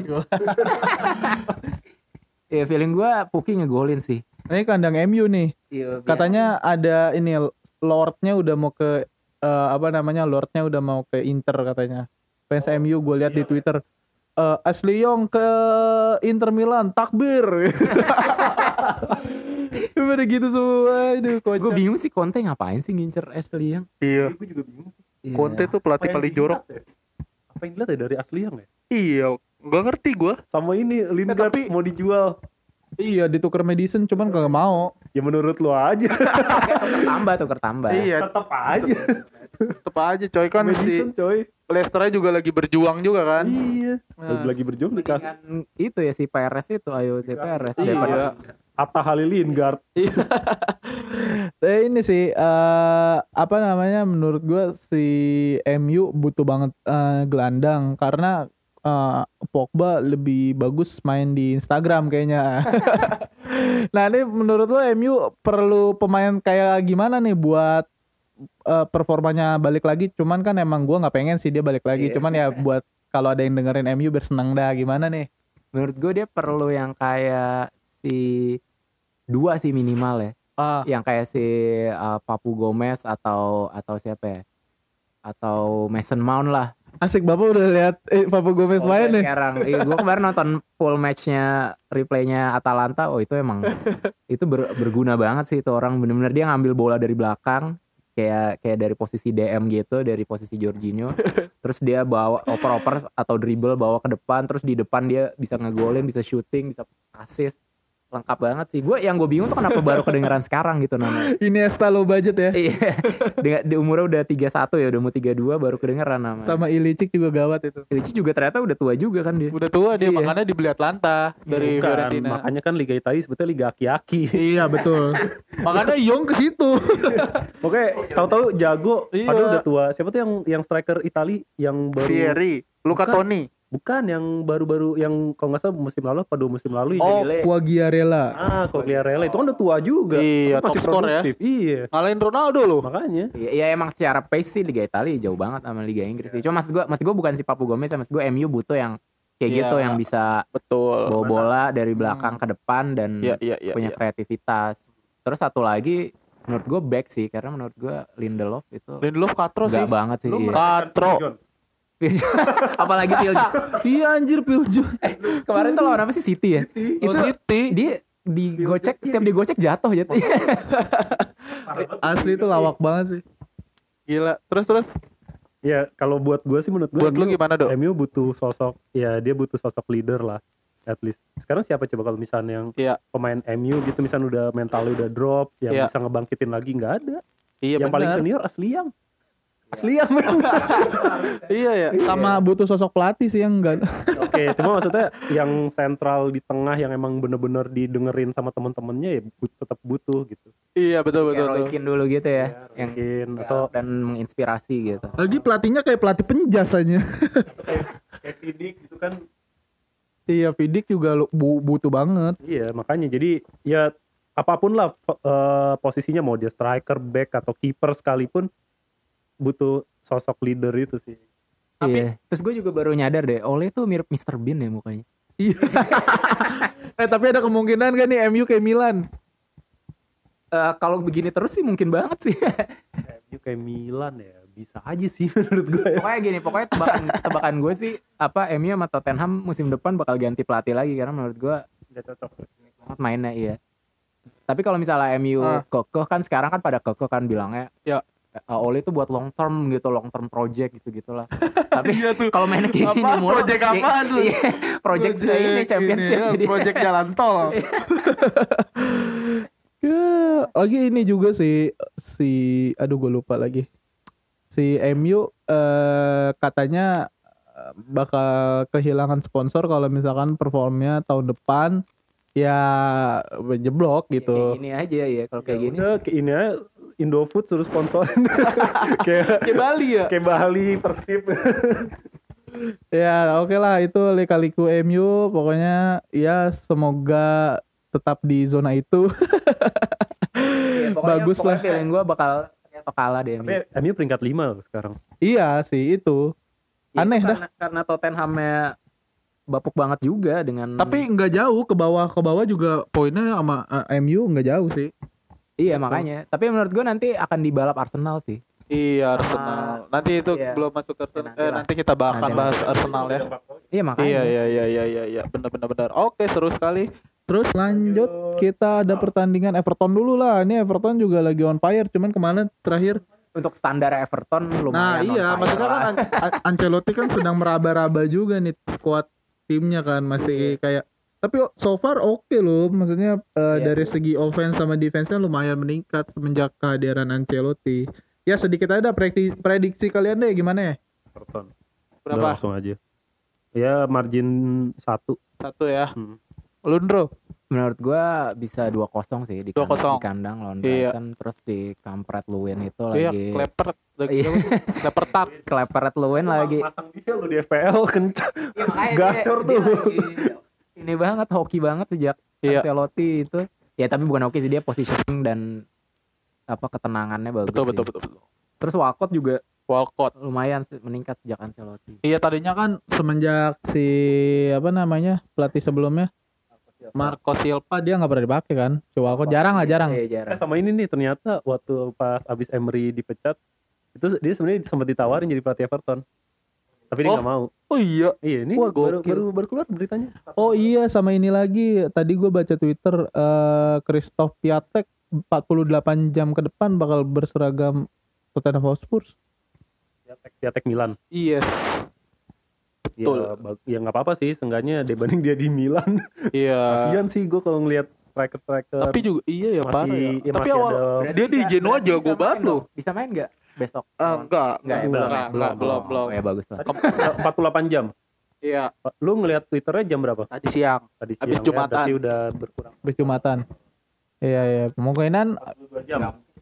Speaker 2: Iya, feeling gue Puki ngegolin sih.
Speaker 1: Ini kandang MU nih.
Speaker 2: Iya,
Speaker 1: Katanya ada ini Lordnya udah mau ke Lordnya udah mau ke Inter katanya. Fans MU gue lihat di Twitter. Ashley Young ke Inter Milan, takbir. Pada gitu semua. Aduh, kocak.
Speaker 2: Gue bingung sih Conte ngapain sih ngincer Ashley Young.
Speaker 1: Iya.
Speaker 4: Gue juga bingung.
Speaker 1: Conte tuh pelatih paling jorok.
Speaker 4: Apa yang dilihat ya dari Ashley Young ya?
Speaker 1: Iya, gak ngerti gue.
Speaker 4: Sama ini Lingard
Speaker 1: tapi-
Speaker 4: mau dijual.
Speaker 1: Iya, ditukar Madison cuman gak mau.
Speaker 4: Ya menurut lo aja.
Speaker 2: Tuker tambah.
Speaker 1: Iya,
Speaker 4: Tetap aja.
Speaker 1: tetep aja coy kan
Speaker 4: Madison coy.
Speaker 1: Leicester juga lagi berjuang juga kan.
Speaker 4: Iya.
Speaker 1: Nah.
Speaker 4: Lagi berjuang dikasih
Speaker 2: Mendingan itu ya si Perez itu, ayo si Perez
Speaker 1: Iya.
Speaker 2: daripada
Speaker 4: Atta Halilinggard.
Speaker 1: Ini sih menurut gue si MU butuh banget gelandang karena Pogba lebih bagus main di Instagram kayaknya. Nah ini menurut lo MU perlu pemain kayak gimana nih buat performanya balik lagi? Cuman kan emang gue nggak pengen sih dia balik lagi. Cuman ya buat kalau ada yang dengerin MU biar seneng dah, gimana nih?
Speaker 2: menurut gue dia perlu yang kayak si 2 sih minimal ya. Yang kayak si Papu Gomez atau siapa ya? Atau Mason Mount lah.
Speaker 1: Asik, Bapak udah lihat Papu Gomez main nih.
Speaker 2: Sekarang, gue kemarin nonton full matchnya, replaynya Atalanta. Oh itu emang itu berguna banget sih itu orang, bener-bener dia ngambil bola dari belakang kayak dari posisi DM gitu, dari posisi Jorginho. Terus dia bawa oper-oper atau dribble bawa ke depan, terus di depan dia bisa ngegolin, bisa shooting, bisa assist. Lengkap banget sih. Yang gue bingung tuh kenapa baru kedengeran sekarang gitu namanya.
Speaker 1: Iniesta low budget ya.
Speaker 2: Iya. Di umurnya udah 31 ya, udah mau 32 baru kedengeran namanya.
Speaker 1: Sama Ilicic juga gawat itu.
Speaker 2: Ilicic juga ternyata udah tua juga kan dia.
Speaker 1: Udah tua dia,
Speaker 2: Iya.
Speaker 1: makanya dibeli Atlanta dari
Speaker 4: Bukan,
Speaker 1: Fiorentina.
Speaker 4: makanya kan Liga Italia sebetulnya Liga aki-aki.
Speaker 1: Iya betul. Makanya Young ke situ.
Speaker 4: Oke, tahu-tahu jago,
Speaker 1: Iya.
Speaker 4: padahal udah tua. Siapa tuh yang striker Itali yang baru?
Speaker 1: Fieri, Luca
Speaker 4: Bukan.
Speaker 1: Toni.
Speaker 4: Bukan, yang baru-baru yang kalau nggak salah musim lalu apa 2 musim lalu
Speaker 1: Oh,
Speaker 2: Gile.
Speaker 1: Quagliarella.
Speaker 4: Quagliarella itu kan udah tua juga.
Speaker 1: Iya,
Speaker 4: Tapi masih
Speaker 1: top score ya.
Speaker 4: produktif. Iya.
Speaker 1: Ngalahin Ronaldo loh.
Speaker 4: Makanya.
Speaker 2: Iya emang secara pace sih Liga Italia jauh banget sama Liga Inggris sih. Cuma maksud gue bukan si Papu Gomez, maksud gue MU butuh yang kayak
Speaker 1: Iya.
Speaker 2: gitu, yang bisa
Speaker 1: Betul.
Speaker 2: bawa bola dari belakang ke depan dan
Speaker 1: Iya.
Speaker 2: punya kreativitas. Terus satu lagi menurut gue back sih, karena menurut gue Lindelof itu
Speaker 1: Lindelof katro sih.
Speaker 2: enggak banget sih. Iya.
Speaker 1: Katro.
Speaker 2: Apalagi Phil Jones.
Speaker 1: Iya anjir, Phil Jones.
Speaker 2: Kemarin tuh lawan apa sih, City ya? Itu
Speaker 1: City.
Speaker 2: dia digocek, setiap digocek jatuh.
Speaker 1: Asli itu lawak banget sih. Gila. Terus.
Speaker 4: Ya, kalau buat gue sih, menurut gue
Speaker 1: Buat lu gimana, Dok?
Speaker 4: MU butuh sosok, ya dia butuh sosok leader lah, at least. Sekarang siapa coba kalau misalnya yang
Speaker 1: Iya.
Speaker 4: pemain MU gitu, misalnya udah mentalnya udah drop, yang
Speaker 1: Iya.
Speaker 4: bisa ngebangkitin lagi, nggak ada.
Speaker 1: Iya
Speaker 4: Yang paling
Speaker 1: benar.
Speaker 4: senior Ashley Young. Ashley Young.
Speaker 1: Iya ya. Sama butuh sosok pelatih sih yang enggak.
Speaker 4: Oke, cuma maksudnya yang sentral di tengah yang emang bener-bener didengerin sama temen-temennya ya tetap butuh gitu.
Speaker 1: Iya betul.
Speaker 2: Kayak Roy Keane dulu gitu ya, yang
Speaker 4: Mungkin atau
Speaker 2: dan menginspirasi gitu.
Speaker 1: Lagi pelatihnya kayak pelatih penjasanya.
Speaker 4: kayak Vidic gitu kan.
Speaker 1: Iya, Vidic juga butuh banget.
Speaker 4: Iya, makanya jadi ya apapun lah posisinya, mau dia striker, back atau kiper sekalipun butuh sosok leader itu sih.
Speaker 2: Iya. Terus gue juga baru nyadar deh, Ole tuh mirip Mr. Bean ya mukanya.
Speaker 1: Iya. Tapi ada kemungkinan kan nih MU kayak Milan.
Speaker 2: Kalau begini terus sih mungkin banget sih.
Speaker 4: MU kayak Milan ya, bisa aja sih menurut gue.
Speaker 2: Pokoknya tebakan gue sih MU sama Tottenham musim depan bakal ganti pelatih lagi karena menurut gue
Speaker 4: Udah cocok
Speaker 2: banget mainnya iya. Tapi kalau misalnya MU kokoh kan sekarang kan pada kokoh kan bilangnya
Speaker 1: ya
Speaker 2: Ole itu buat long term project gitu-gitulah. Tapi kalau mainnya kayak gini mulu
Speaker 1: project apaan lu?
Speaker 2: Project ini championship jadi
Speaker 1: project jalan tol. Lagi ini juga si aduh gue lupa lagi. Si MU katanya bakal kehilangan sponsor kalau misalkan performnya tahun depan ya jeblok gitu.
Speaker 2: Kayak gini aja ya kalau kayak gini.
Speaker 4: Udah kayak ini aja Indofood suruh sponsorin. kayak
Speaker 1: Bali ya.
Speaker 4: Kayak Bali, Persib.
Speaker 1: Ya oke lah itu lika-liku MU pokoknya ya semoga tetap di zona itu.
Speaker 2: Ya,
Speaker 1: bagus lah.
Speaker 2: Feeling gue bakal kalah deh.
Speaker 4: Tapi MU peringkat 5 loh sekarang.
Speaker 1: Iya sih itu. Aneh dah.
Speaker 2: Karena Tottenhamnya bapuk banget juga dengan.
Speaker 1: Tapi nggak jauh ke bawah juga poinnya sama MU nggak jauh sih.
Speaker 2: Iya makanya. Tapi menurut gue nanti akan dibalap Arsenal sih.
Speaker 1: Iya Arsenal. Nanti itu belum masuk ke Arsenal. Nanti kita akan bahas Arsenal ya.
Speaker 2: Iya makanya.
Speaker 1: Iya. Benar. Oke seru sekali. Terus lanjut kita ada pertandingan Everton dulu lah. Ini Everton juga lagi on fire. Cuman kemarin terakhir
Speaker 2: untuk standar Everton lumayan.
Speaker 1: Nah iya maksudnya kan Ancelotti kan sedang meraba-raba juga nih squad timnya kan masih kayak. Tapi so far oke loh. Maksudnya dari segi offense sama defense-nya lumayan meningkat semenjak kehadiran Ancelotti. Ya sedikit ada prediksi kalian deh gimana ya?
Speaker 4: Everton.
Speaker 1: Berapa?
Speaker 4: Udah langsung aja. Ya margin 1
Speaker 1: ya. Lundro.
Speaker 2: Menurut gua bisa 2-0 sih di kandang lawan
Speaker 1: Iya.
Speaker 2: Brighton. Terus si kampret Lewin itu lagi Kleperet Lewin lagi.
Speaker 4: Masang dia lu di FPL kencang.
Speaker 2: Iya,
Speaker 4: gacor tuh.
Speaker 2: Ini banget hoki banget sejak Ancelotti itu. Ya tapi bukan hoki sih, dia positioning dan ketenangannya bagus.
Speaker 1: Betul.
Speaker 2: Terus Walcott lumayan meningkat sejak Ancelotti.
Speaker 1: Iya tadinya kan semenjak si pelatih sebelumnya Marco Silva dia nggak pernah dipakai kan. Coba Walcott jarang.
Speaker 4: Sama ini nih ternyata waktu pas abis Emery dipecat itu dia sebenarnya sempat ditawarin jadi pelatih Everton. Tapi dia nggak mau.
Speaker 1: Oh iya.
Speaker 4: Iya ini baru keluar beritanya.
Speaker 1: Oh iya sama ini lagi. Tadi gue baca Twitter Christoph Piatek 48 jam ke depan bakal berseragam Tottenham Hotspur.
Speaker 4: Piatek Milan.
Speaker 1: Iya. Betul.
Speaker 4: Ya nggak apa-apa sih, seenggaknya dibanding dia di Milan.
Speaker 1: Iya.
Speaker 4: Kasian sih gue kalau ngelihat striker.
Speaker 1: Tapi juga iya ya parah ya. Tapi
Speaker 4: masih
Speaker 1: awal dia di Genoa jago banget loh.
Speaker 2: Bisa main nggak besok?
Speaker 1: Enggak.
Speaker 2: Belum. Ya bagus lah.
Speaker 4: 48 jam.
Speaker 1: Iya.
Speaker 4: Lu ngelihat Twitternya jam berapa?
Speaker 1: Tadi siang.
Speaker 4: Habis
Speaker 1: Jumatan.
Speaker 4: Berarti udah berkurang.
Speaker 1: Habis Jumatan. Iya. Kemungkinan
Speaker 4: 42 jam.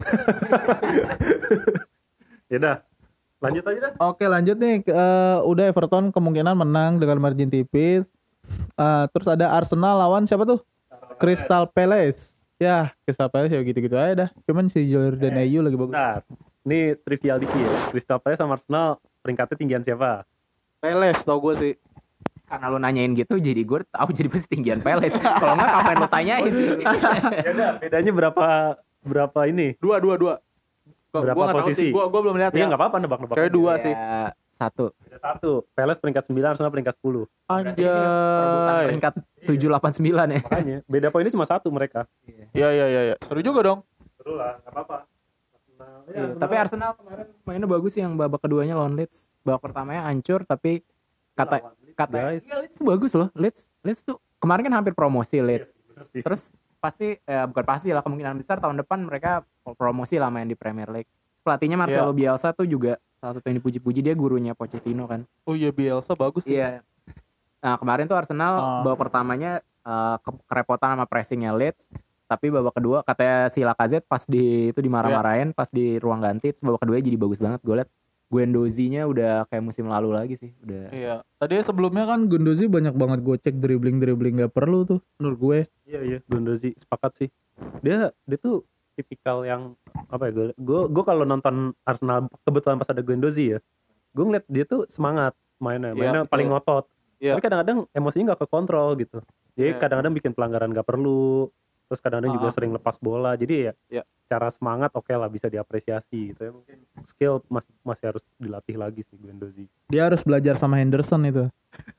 Speaker 4: Ya udah. Lanjut aja dah.
Speaker 1: Oke lanjut nih. Udah Everton kemungkinan menang dengan margin tipis. Terus ada Arsenal lawan siapa tuh? Crystal Palace. Ya Crystal Palace ya gitu-gitu aja dah. Cuman si Jordan Ayew lagi bagus.
Speaker 4: Nah, ini trivial dikit ya. Crystal Palace sama Arsenal peringkatnya tinggian siapa?
Speaker 1: Palace tau gue sih.
Speaker 2: Karena lu nanyain gitu jadi gue tahu jadi pasti tinggian Palace. Kalau enggak kapan lu tanyain?
Speaker 4: Ya udah, bedanya berapa ini?
Speaker 1: Dua.
Speaker 4: Berapa posisi?
Speaker 1: Gue belum lihat
Speaker 4: ya.
Speaker 1: ya.
Speaker 4: Enggak apa-apa nebak-nebak.
Speaker 1: Kayak dua sih.
Speaker 2: Satu.
Speaker 4: Palace peringkat 9, Arsenal peringkat 10.
Speaker 1: Anjay.
Speaker 2: Peringkat 7, 8, 9 ya.
Speaker 4: Makanya beda poinnya cuma 1 mereka.
Speaker 1: Iya. Seru juga dong.
Speaker 4: Seru lah, enggak apa-apa.
Speaker 2: Tapi Arsenal kemarin mainnya bagus sih yang babak keduanya lawan Leeds. Babak pertamanya hancur tapi kata Leeds bagus loh. Leeds tuh kemarin kan hampir promosi Leeds. Terus pasti bukan pasti lah, kemungkinan besar tahun depan mereka promosi lah main di Premier League. Pelatihnya Marcelo Bielsa tuh juga salah satu yang dipuji-puji, dia gurunya Pochettino kan.
Speaker 1: Oh iya Bielsa bagus.
Speaker 2: Iya. Nah kemarin tuh Arsenal babak pertamanya kerepotan sama pressingnya Leeds, tapi babak kedua katanya si Lacazette pas itu dimarah-marahin pas di ruang ganti, terus babak kedua jadi bagus banget. Gue liat Guendouzi-nya udah kayak musim lalu lagi sih, udah.
Speaker 1: Iya. Tadi sebelumnya kan Guendouzi banyak banget gocek dribbling nggak perlu tuh menurut gue.
Speaker 4: Iya Guendouzi sepakat sih. Dia tuh tipikal yang apa ya? Gue kalau nonton Arsenal kebetulan pas ada Guendouzi ya, gue ngeliat dia tuh semangat mainnya paling ngotot. Tapi kadang-kadang emosinya nggak kekontrol gitu. Jadi kadang-kadang bikin pelanggaran nggak perlu. Terus kadang-kadang juga sering lepas bola. Jadi ya cara semangat oke lah bisa diapresiasi gitu ya. Mungkin skill masih harus dilatih lagi sih Guendouzi.
Speaker 1: Dia harus belajar sama Henderson itu.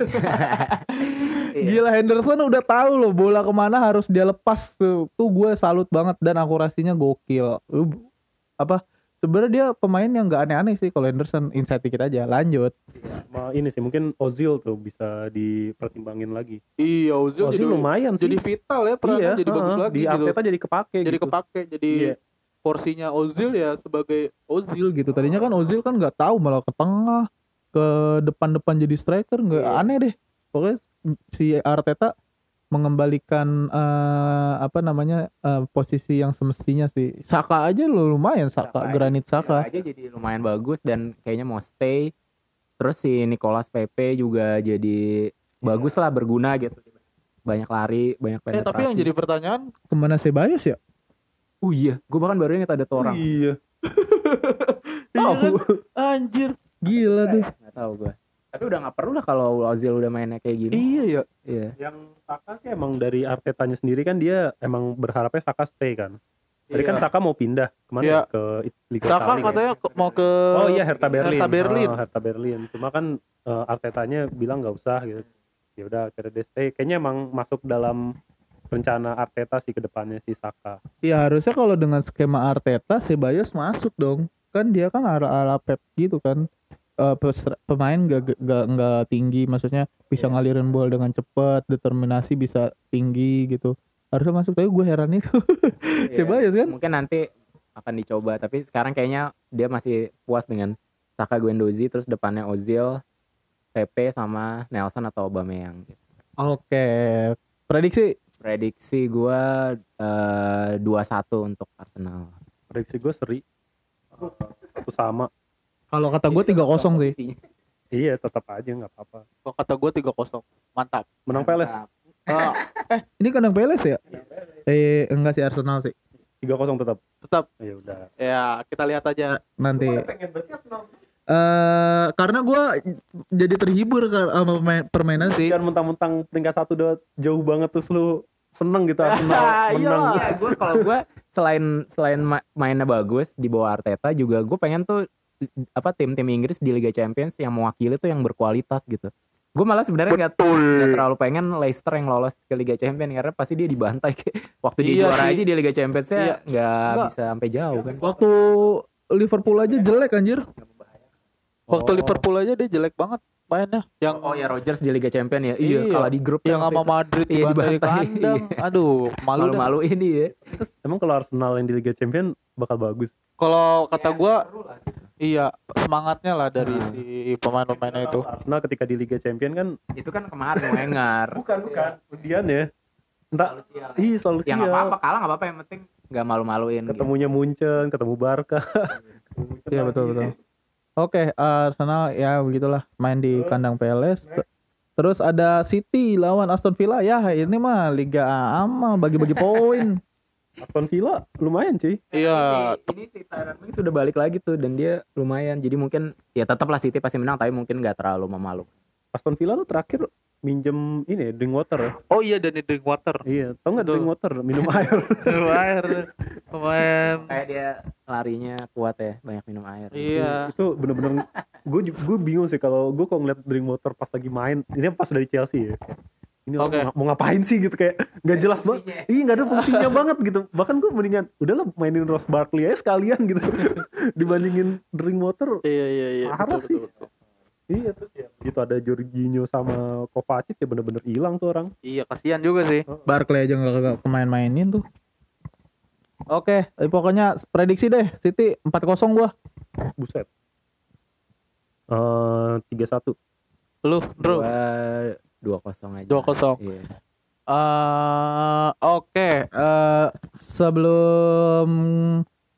Speaker 1: Gila, Henderson udah tahu loh bola kemana harus dia lepas tuh. Tuh gue salut banget dan akurasinya gokil. Sebenarnya dia pemain yang nggak aneh-aneh sih kalau Henderson. Insight dikit aja. Lanjut.
Speaker 4: Ini sih mungkin Ozil tuh bisa dipertimbangin lagi.
Speaker 1: Iya, Ozil
Speaker 4: lumayan sih.
Speaker 1: Jadi vital ya perannya, jadi bagus lagi.
Speaker 4: Di Arteta jadi kepake.
Speaker 1: Jadi porsinya Ozil ya sebagai Ozil gitu. Tadinya kan Ozil kan nggak tahu, malah ke tengah, ke depan jadi striker, nggak aneh deh. Pokoknya si Arteta mengembalikan posisi yang semestinya sih. Saka aja lumayan, Granit Saka
Speaker 2: aja jadi lumayan bagus dan kayaknya mau stay. Terus si Nicolas Pepe juga jadi bagus lah, berguna gitu. Banyak lari, banyak penetrasi.
Speaker 1: Tapi yang jadi pertanyaan, kemana Ceballos ya?
Speaker 2: Iya, gue bahkan baru ingat ada tuh orang.
Speaker 4: Iya.
Speaker 1: Tahu. Anjir, gila tuh.
Speaker 2: Nggak tahu gue. Tapi udah nggak perlu lah kalau Ozil udah mainnya kayak gini.
Speaker 1: Iya.
Speaker 4: Yang Saka sih emang dari Artetanya sendiri kan dia emang berharapnya Saka stay kan. Tadi kan Saka mau pindah kemana ke Liga
Speaker 1: Saka
Speaker 4: Italia. Saka
Speaker 1: katanya mau ke
Speaker 4: Hertha Berlin.
Speaker 1: Hertha
Speaker 4: Berlin. Cuma kan Artetanya bilang nggak usah gitu. Ya udah akhirnya dia stay. Kayaknya emang masuk dalam rencana Arteta sih ke depannya si Saka.
Speaker 1: Iya, harusnya kalau dengan skema Arteta Ceballos masuk dong. Kan dia kan ala Pep gitu kan. Pemain gak tinggi, maksudnya bisa ngalirin bola dengan cepat, determinasi bisa tinggi gitu. Harusnya masuk, tapi gue heran itu. Ceballos kan?
Speaker 2: Mungkin nanti akan dicoba, tapi sekarang kayaknya dia masih puas dengan Saka, Guendouzi, terus depannya Ozil, Pepe sama Nelson atau Aubameyang gitu.
Speaker 1: Oke. Prediksi
Speaker 2: gue 2-1 untuk Arsenal.
Speaker 4: Prediksi gue seri. Itu sama.
Speaker 1: Kalau kata gue 3-0 sih.
Speaker 4: Iya, tetap aja nggak apa-apa.
Speaker 1: Kalau kata gue 3-0. Mantap.
Speaker 4: Menang Palace.
Speaker 1: Ini kandang Palace ya? Enggak sih, Arsenal sih.
Speaker 4: 3-0 tetap. Ya udah.
Speaker 1: Ya, kita lihat aja nanti. Karena gue jadi terhibur sama permainan sih.
Speaker 4: Jangan mentang-mentang peringkat 1 udah jauh banget terus lu seneng gitu Arsenal menang.
Speaker 2: Iya, gue selain mainnya bagus di bawah Arteta juga gue pengen tuh tim-tim Inggris di Liga Champions yang mewakili tuh yang berkualitas gitu. Gue malah sebenarnya nggak terlalu pengen Leicester yang lolos ke Liga Champions karena pasti dia dibantai waktu dia juara aja di Liga Champions ya nggak bisa sampai jauh kan.
Speaker 1: Waktu Liverpool aja jelek anjir. Waktu Liverpool aja dia jelek banget mainnya. Yang
Speaker 2: Rodgers di Liga Champions ya. Iya, kalah di grup
Speaker 1: yang sama Madrid dibantai kandang. Aduh,
Speaker 2: malu ini ya.
Speaker 4: Terus emang kalau Arsenal yang di Liga Champions bakal bagus.
Speaker 1: Kalau kata gue iya, semangatnya lah dari si pemain-pemainnya itu.
Speaker 4: Arsenal ketika di Liga Champions kan
Speaker 2: itu kan kemarin Wenger.
Speaker 4: Bukan. Kemudian ya. Entah. Solusi.
Speaker 2: Ya enggak apa-apa, kalah enggak apa-apa, yang penting enggak malu-maluin.
Speaker 4: Ketemunya Munchen, ketemu Barca.
Speaker 1: Iya, betul. Oke, Arsenal ya begitulah main di kandang Palace. Terus ada City lawan Aston Villa. Ya, ini mah Liga A bagi-bagi poin.
Speaker 4: Aston Villa lumayan cuy.
Speaker 2: Iya. Ini si Tyrone Mings sudah balik lagi tuh dan dia lumayan. Jadi mungkin ya tetaplah City pasti menang tapi mungkin nggak terlalu memalukan.
Speaker 4: Aston Villa tuh terakhir minjem ini drink water ya.
Speaker 1: Oh iya, dan drink water.
Speaker 4: Iya, tau nggak drink water? Minum air.
Speaker 1: Minum air. Pemain.
Speaker 2: Kayak dia larinya kuat ya, banyak minum air.
Speaker 1: Iya.
Speaker 4: Itu bener-bener gue bingung sih kalau ngeliat drink water pas lagi main. Ini pas dari Chelsea ya. Ini mau ngapain sih gitu, kayak nggak jelas banget. Iya, nggak ada fungsinya banget gitu. Bahkan gue mendingan udahlah mainin Ross Barkley aja sekalian gitu dibandingin drink water.
Speaker 1: Iya.
Speaker 4: Parah sih. Betul. Iya, terus ya gitu ada Jorginho sama Kovacic ya bener-bener hilang tuh orang.
Speaker 1: Iya, kasihan juga sih. Barkley aja nggak main-mainin tuh. Oke, pokoknya prediksi deh City 4-0 gua.
Speaker 4: Buset. 3-1.
Speaker 1: Lu, Bro?
Speaker 2: 2-0 aja.
Speaker 1: 2-0.
Speaker 2: Iya.
Speaker 1: Oke. Sebelum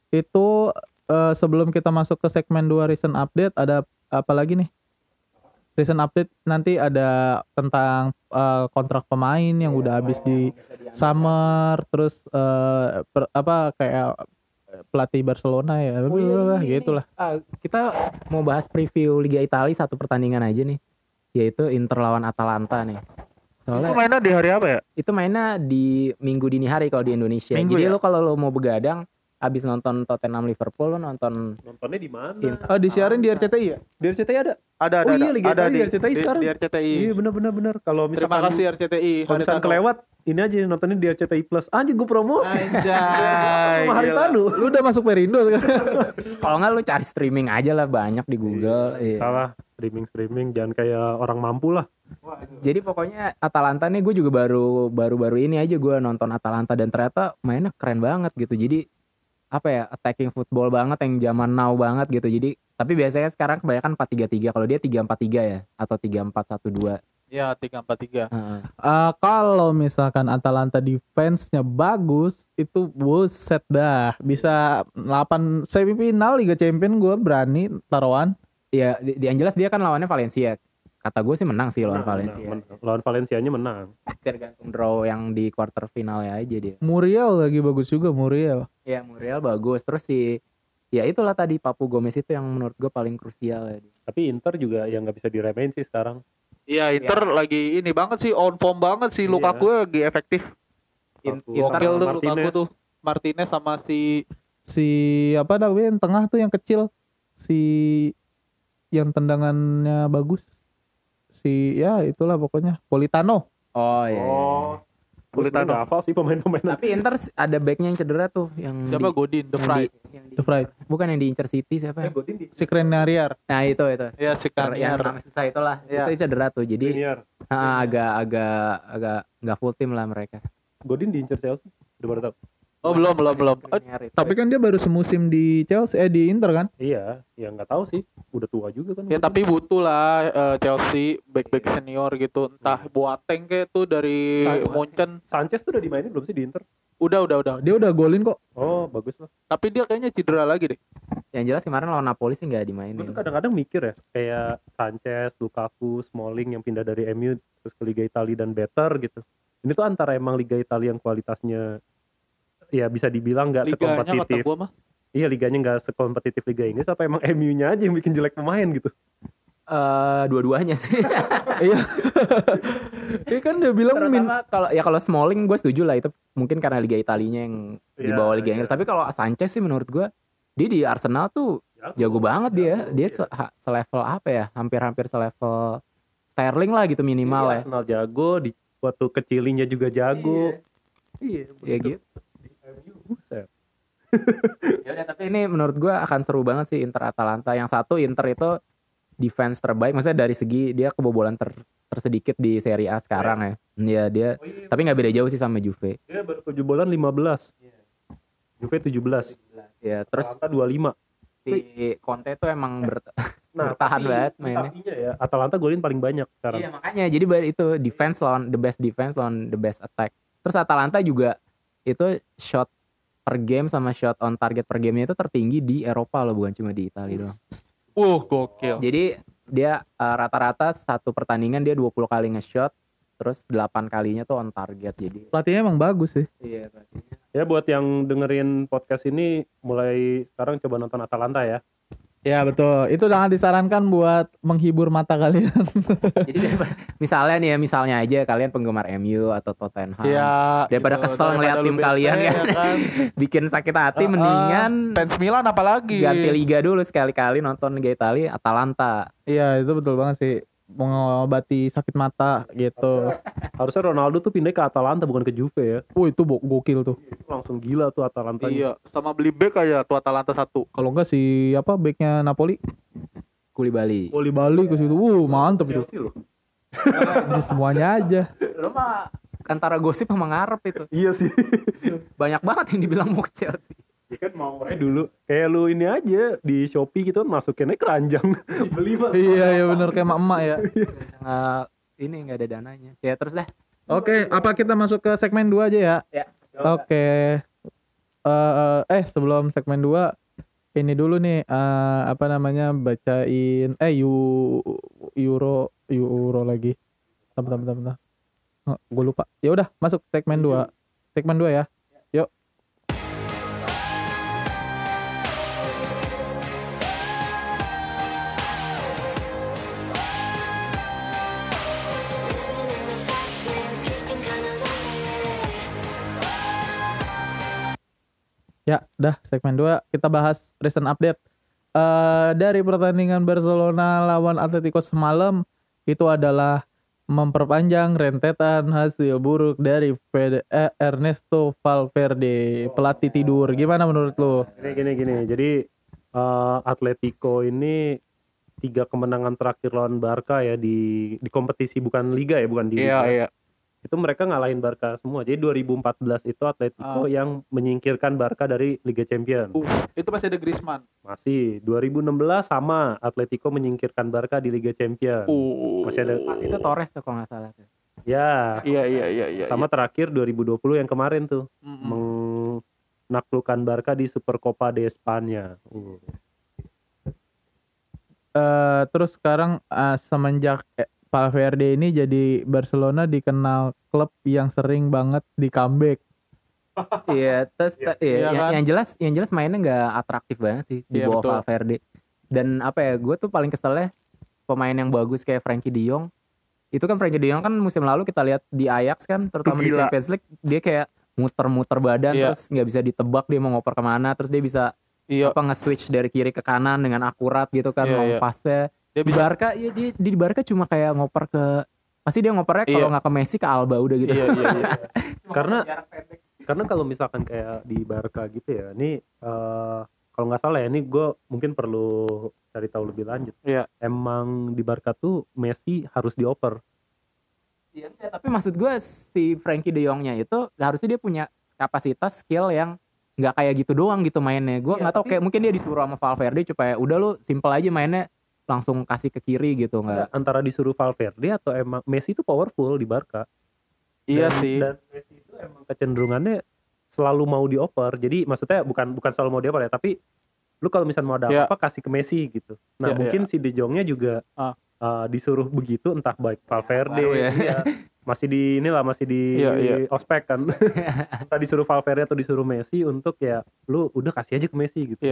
Speaker 1: itu sebelum kita masuk ke segmen 2 recent update, ada apa lagi nih? season update nanti ada tentang kontrak pemain yang udah habis di summer, terus kayak pelatih Barcelona ya, gitulah.
Speaker 2: Kita mau bahas preview Liga Italia satu pertandingan aja nih, yaitu Inter lawan Atalanta nih. Soalnya
Speaker 1: itu mainnya di hari apa ya?
Speaker 2: Itu mainnya di Minggu dini hari kalau di Indonesia. Jadi lo kalau lo mau begadang abis nonton Tottenham Liverpool, lo
Speaker 4: nontonnya di mana?
Speaker 1: Disiarin di RCTI ya?
Speaker 4: Di RCTI ada.
Speaker 1: Ada.
Speaker 4: Iya, Liga
Speaker 1: ada
Speaker 4: di RCTI sekarang.
Speaker 1: Di RCTI.
Speaker 4: Iya, benar. Kalau misalkan
Speaker 1: terima kasih RCTI.
Speaker 4: Kalau misalkan kelewat, ini aja nontonnya di RCTI Plus. Anjir, gue promosi.
Speaker 1: Anjay.
Speaker 4: Sama Haritanu.
Speaker 1: Lu udah masuk Perindo sekarang.
Speaker 2: Kalau nggak lu cari streaming aja lah, banyak di Google.
Speaker 4: Iya. Salah, streaming jangan kayak orang mampu lah.
Speaker 2: Jadi pokoknya Atalanta nih, gue juga baru ini aja gue nonton Atalanta dan ternyata mainnya keren banget gitu. Jadi attacking football banget yang zaman now banget gitu. Jadi tapi biasanya sekarang kebanyakan 4-3-3. Kalau dia 3-4-3 ya atau 3-4-1-2.
Speaker 1: Ya 3-4-3. Kalau misalkan Atalanta defense-nya bagus, itu buset dah. Bisa 8 semifinal Liga Champions gue berani taruhan.
Speaker 2: Ya yang jelas dia kan lawannya Valencia. Kata gue sih menang sih lawan Valencia.
Speaker 4: Lawan Valencianya menang.
Speaker 2: Tergantung draw yang di quarter finalnya aja dia.
Speaker 1: Muriel lagi bagus juga Muriel.
Speaker 2: Ya Muriel bagus. Terus ya itulah tadi Papu Gomez itu yang menurut gue paling krusial ya.
Speaker 4: Tapi Inter juga yang nggak bisa diremehin sih sekarang.
Speaker 1: Iya Inter lagi ini banget sih, on form banget sih. Lukaku lagi efektif.
Speaker 2: Inter
Speaker 1: tuh Lukaku tuh. Martinez sama si apa namanya yang tengah tuh yang kecil, si yang tendangannya bagus. Ya itulah pokoknya Politano.
Speaker 2: Oh iya.
Speaker 1: Politano.
Speaker 4: Gak hafal sih pemain-pemain.
Speaker 2: Tapi Inter ada backnya yang cedera tuh, yang
Speaker 1: siapa? Godin, The Fried.
Speaker 2: Bukan yang di Inter City siapa?
Speaker 1: Si Skriniar.
Speaker 2: Nah itu.
Speaker 1: Iya, si
Speaker 2: Skriniar. Yang susah itulah. Ya. Itu cedera tuh. Jadi agak nggak full tim lah mereka.
Speaker 4: Godin diincer Chelsea. Udah baru tahu.
Speaker 1: Oh belum. Tapi kan dia baru semusim di Chelsea, di Inter kan?
Speaker 4: Iya, ya nggak tahu sih. Udah tua juga kan.
Speaker 1: Ya tapi butuh lah Chelsea back senior gitu. Entah Boateng kayak tuh dari Munchen.
Speaker 4: Sanchez tuh udah dimainin belum sih di Inter?
Speaker 1: Udah. Dia udah golin kok.
Speaker 4: Oh bagus lah.
Speaker 1: Tapi dia kayaknya cedera lagi deh.
Speaker 2: Yang jelas kemarin lawan Napoli sih nggak dimainin.
Speaker 4: Gue tuh kadang-kadang mikir ya, kayak Sanchez, Lukaku, Smalling yang pindah dari MU terus ke Liga Italia dan better gitu. Ini tuh antara emang Liga Italia yang kualitasnya ya bisa dibilang nggak sekompetitif. Iya, liganya nggak sekompetitif Liga Inggris, apa emang MU-nya aja yang bikin jelek pemain gitu?
Speaker 2: Dua-duanya sih.
Speaker 1: Iya. Dia kan dia bilang
Speaker 2: kalau Smalling gue setuju lah, itu mungkin karena Liga Italianya yang di bawah Liga Inggris. Tapi kalau Sanchez sih menurut gue dia di Arsenal tuh jago banget dia. Dia selevel apa ya? Hampir selevel Sterling lah gitu minimal ya.
Speaker 4: Arsenal jago, di waktu kecilinya juga jago. Iya
Speaker 2: gitu.
Speaker 4: Buset.
Speaker 2: Ya udah, tapi ini menurut gue akan seru banget sih Inter Atalanta. Yang satu Inter itu defense terbaik, maksudnya dari segi dia kebobolan tersedikit di Serie A sekarang ya. Iya dia, tapi nggak beda jauh sih sama Juve.
Speaker 4: Dia baru kebobolan 15. Juve 17.
Speaker 2: Ya terus
Speaker 4: Atalanta 25.
Speaker 2: Si Conte tuh emang bertahan banget mainnya.
Speaker 4: Ya, Atalanta golin paling banyak sekarang.
Speaker 2: Iya makanya, jadi itu defense lawan the best attack. Terus Atalanta juga itu shot per game sama shot on target per gamenya itu tertinggi di Eropa loh, bukan cuma di Italia doang.
Speaker 1: Gokil.
Speaker 2: Jadi dia rata-rata satu pertandingan dia 20 kali nge-shot, terus 8 kalinya tuh on target. Jadi
Speaker 1: pelatihnya emang bagus sih.
Speaker 2: Iya, pelatihnya.
Speaker 4: Ya buat yang dengerin podcast ini, mulai sekarang coba nonton Atalanta ya.
Speaker 1: Ya betul, itu sangat disarankan buat menghibur mata kalian.
Speaker 2: Jadi misalnya aja kalian penggemar MU atau Tottenham, daripada
Speaker 1: gitu,
Speaker 2: kesel ngeliat tim kalian ya kan bikin sakit hati, mendingan
Speaker 1: fans Milan apalagi
Speaker 2: ganti liga dulu sekali-kali, nonton Liga Italia Atalanta.
Speaker 1: Iya itu betul banget sih, mengobati sakit mata gitu.
Speaker 4: Harusnya Ronaldo tuh pindah ke Atalanta bukan ke Juve ya.
Speaker 1: Itu gokil tuh.
Speaker 4: Langsung gila tuh Atalanta.
Speaker 1: Iya, sama beli back aja tuh Atalanta 1. Kalau enggak si backnya Napoli?
Speaker 2: Koulibaly
Speaker 1: ke situ. Mantep itu. Semuanya aja.
Speaker 2: Lo mah antara gosip sama ngarep itu.
Speaker 4: Iya sih.
Speaker 2: Banyak banget yang dibilang mau ke Chelsea.
Speaker 4: Ya kan mau dulu kayak lu ini aja di Shopee gitu masukinnya keranjang beli mah.
Speaker 1: Iya benar kayak emak ya.
Speaker 2: Ini nggak ada dananya. Ya terus dah.
Speaker 1: Oke, apa kita masuk ke segmen 2 aja ya?
Speaker 2: Ya.
Speaker 1: Oke. Sebelum segmen 2 ini dulu nih apa namanya bacain Euro lagi. Bentar. Gue lupa. Ya udah masuk segmen 2. Segmen 2 ya. Yuk. Ya, dah segmen 2 kita bahas recent update. Dari pertandingan Barcelona lawan Atletico semalam itu adalah memperpanjang rentetan hasil buruk dari Ernesto Valverde, pelatih tidur. Gimana menurut lo?
Speaker 4: Gini. Jadi Atletico ini 3 kemenangan terakhir lawan Barca ya di kompetisi, bukan liga ya, bukan di liga.
Speaker 1: Iya.
Speaker 4: Itu mereka ngalahin Barca semua. Jadi 2014 itu Atletico yang menyingkirkan Barca dari Liga Champions.
Speaker 1: Itu masih ada Griezmann.
Speaker 4: Masih. 2016 sama, Atletico menyingkirkan Barca di Liga Champions. Masih ada.
Speaker 2: Pas itu Torres tuh kalau nggak salah tuh.
Speaker 4: Ya.
Speaker 1: Iya.
Speaker 4: Sama terakhir 2020 yang kemarin tuh. Menaklukkan Barca di Supercopa de España.
Speaker 1: Terus sekarang semenjak Valverde ini jadi Barcelona dikenal klub yang sering banget di comeback.
Speaker 2: Iya, terus
Speaker 1: Iya kan?
Speaker 2: yang jelas mainnya nggak atraktif banget sih di bawah
Speaker 1: betul.
Speaker 2: Valverde. Dan apa ya, gue tuh paling keselnya pemain yang bagus kayak Frenkie de Jong. Itu kan Frenkie de Jong kan musim lalu kita lihat di Ajax kan, terutama di Champions League, dia kayak muter-muter badan terus nggak bisa ditebak dia mau ngoper kemana, terus dia bisa nge-switch dari kiri ke kanan dengan akurat gitu kan, long pass-nya. Di Barca ya di Barca cuma kayak ngoper ke, pasti dia ngopernya kalau nggak ke Messi ke Alba udah gitu.
Speaker 1: Iya.
Speaker 4: Karena kalau misalkan kayak di Barca gitu ya, ini kalau nggak salah ya, ini gue mungkin perlu cari tahu lebih lanjut.
Speaker 1: Iya.
Speaker 4: Emang di Barca tuh Messi harus dioper.
Speaker 2: Iya, tapi maksud gue si Frenkie de Jong-nya itu harusnya dia punya kapasitas skill yang nggak kayak gitu doang gitu mainnya. Gue nggak tahu, kayak mungkin dia disuruh sama Valverde supaya udah lu simple aja mainnya, langsung kasih ke kiri gitu. Nggak
Speaker 4: Antara disuruh Valverde atau emang Messi itu powerful di Barca.
Speaker 1: Iya sih.
Speaker 4: Dan Messi itu emang kecenderungannya selalu mau dioper. Jadi maksudnya bukan selalu mau dioper ya, tapi lu kalau misalnya mau ada apa kasih ke Messi gitu. Nah mungkin si De Jongnya juga disuruh begitu, entah baik Valverde masih di ospek kan. Entah disuruh Valverde atau disuruh Messi untuk ya lu udah kasih aja ke Messi gitu.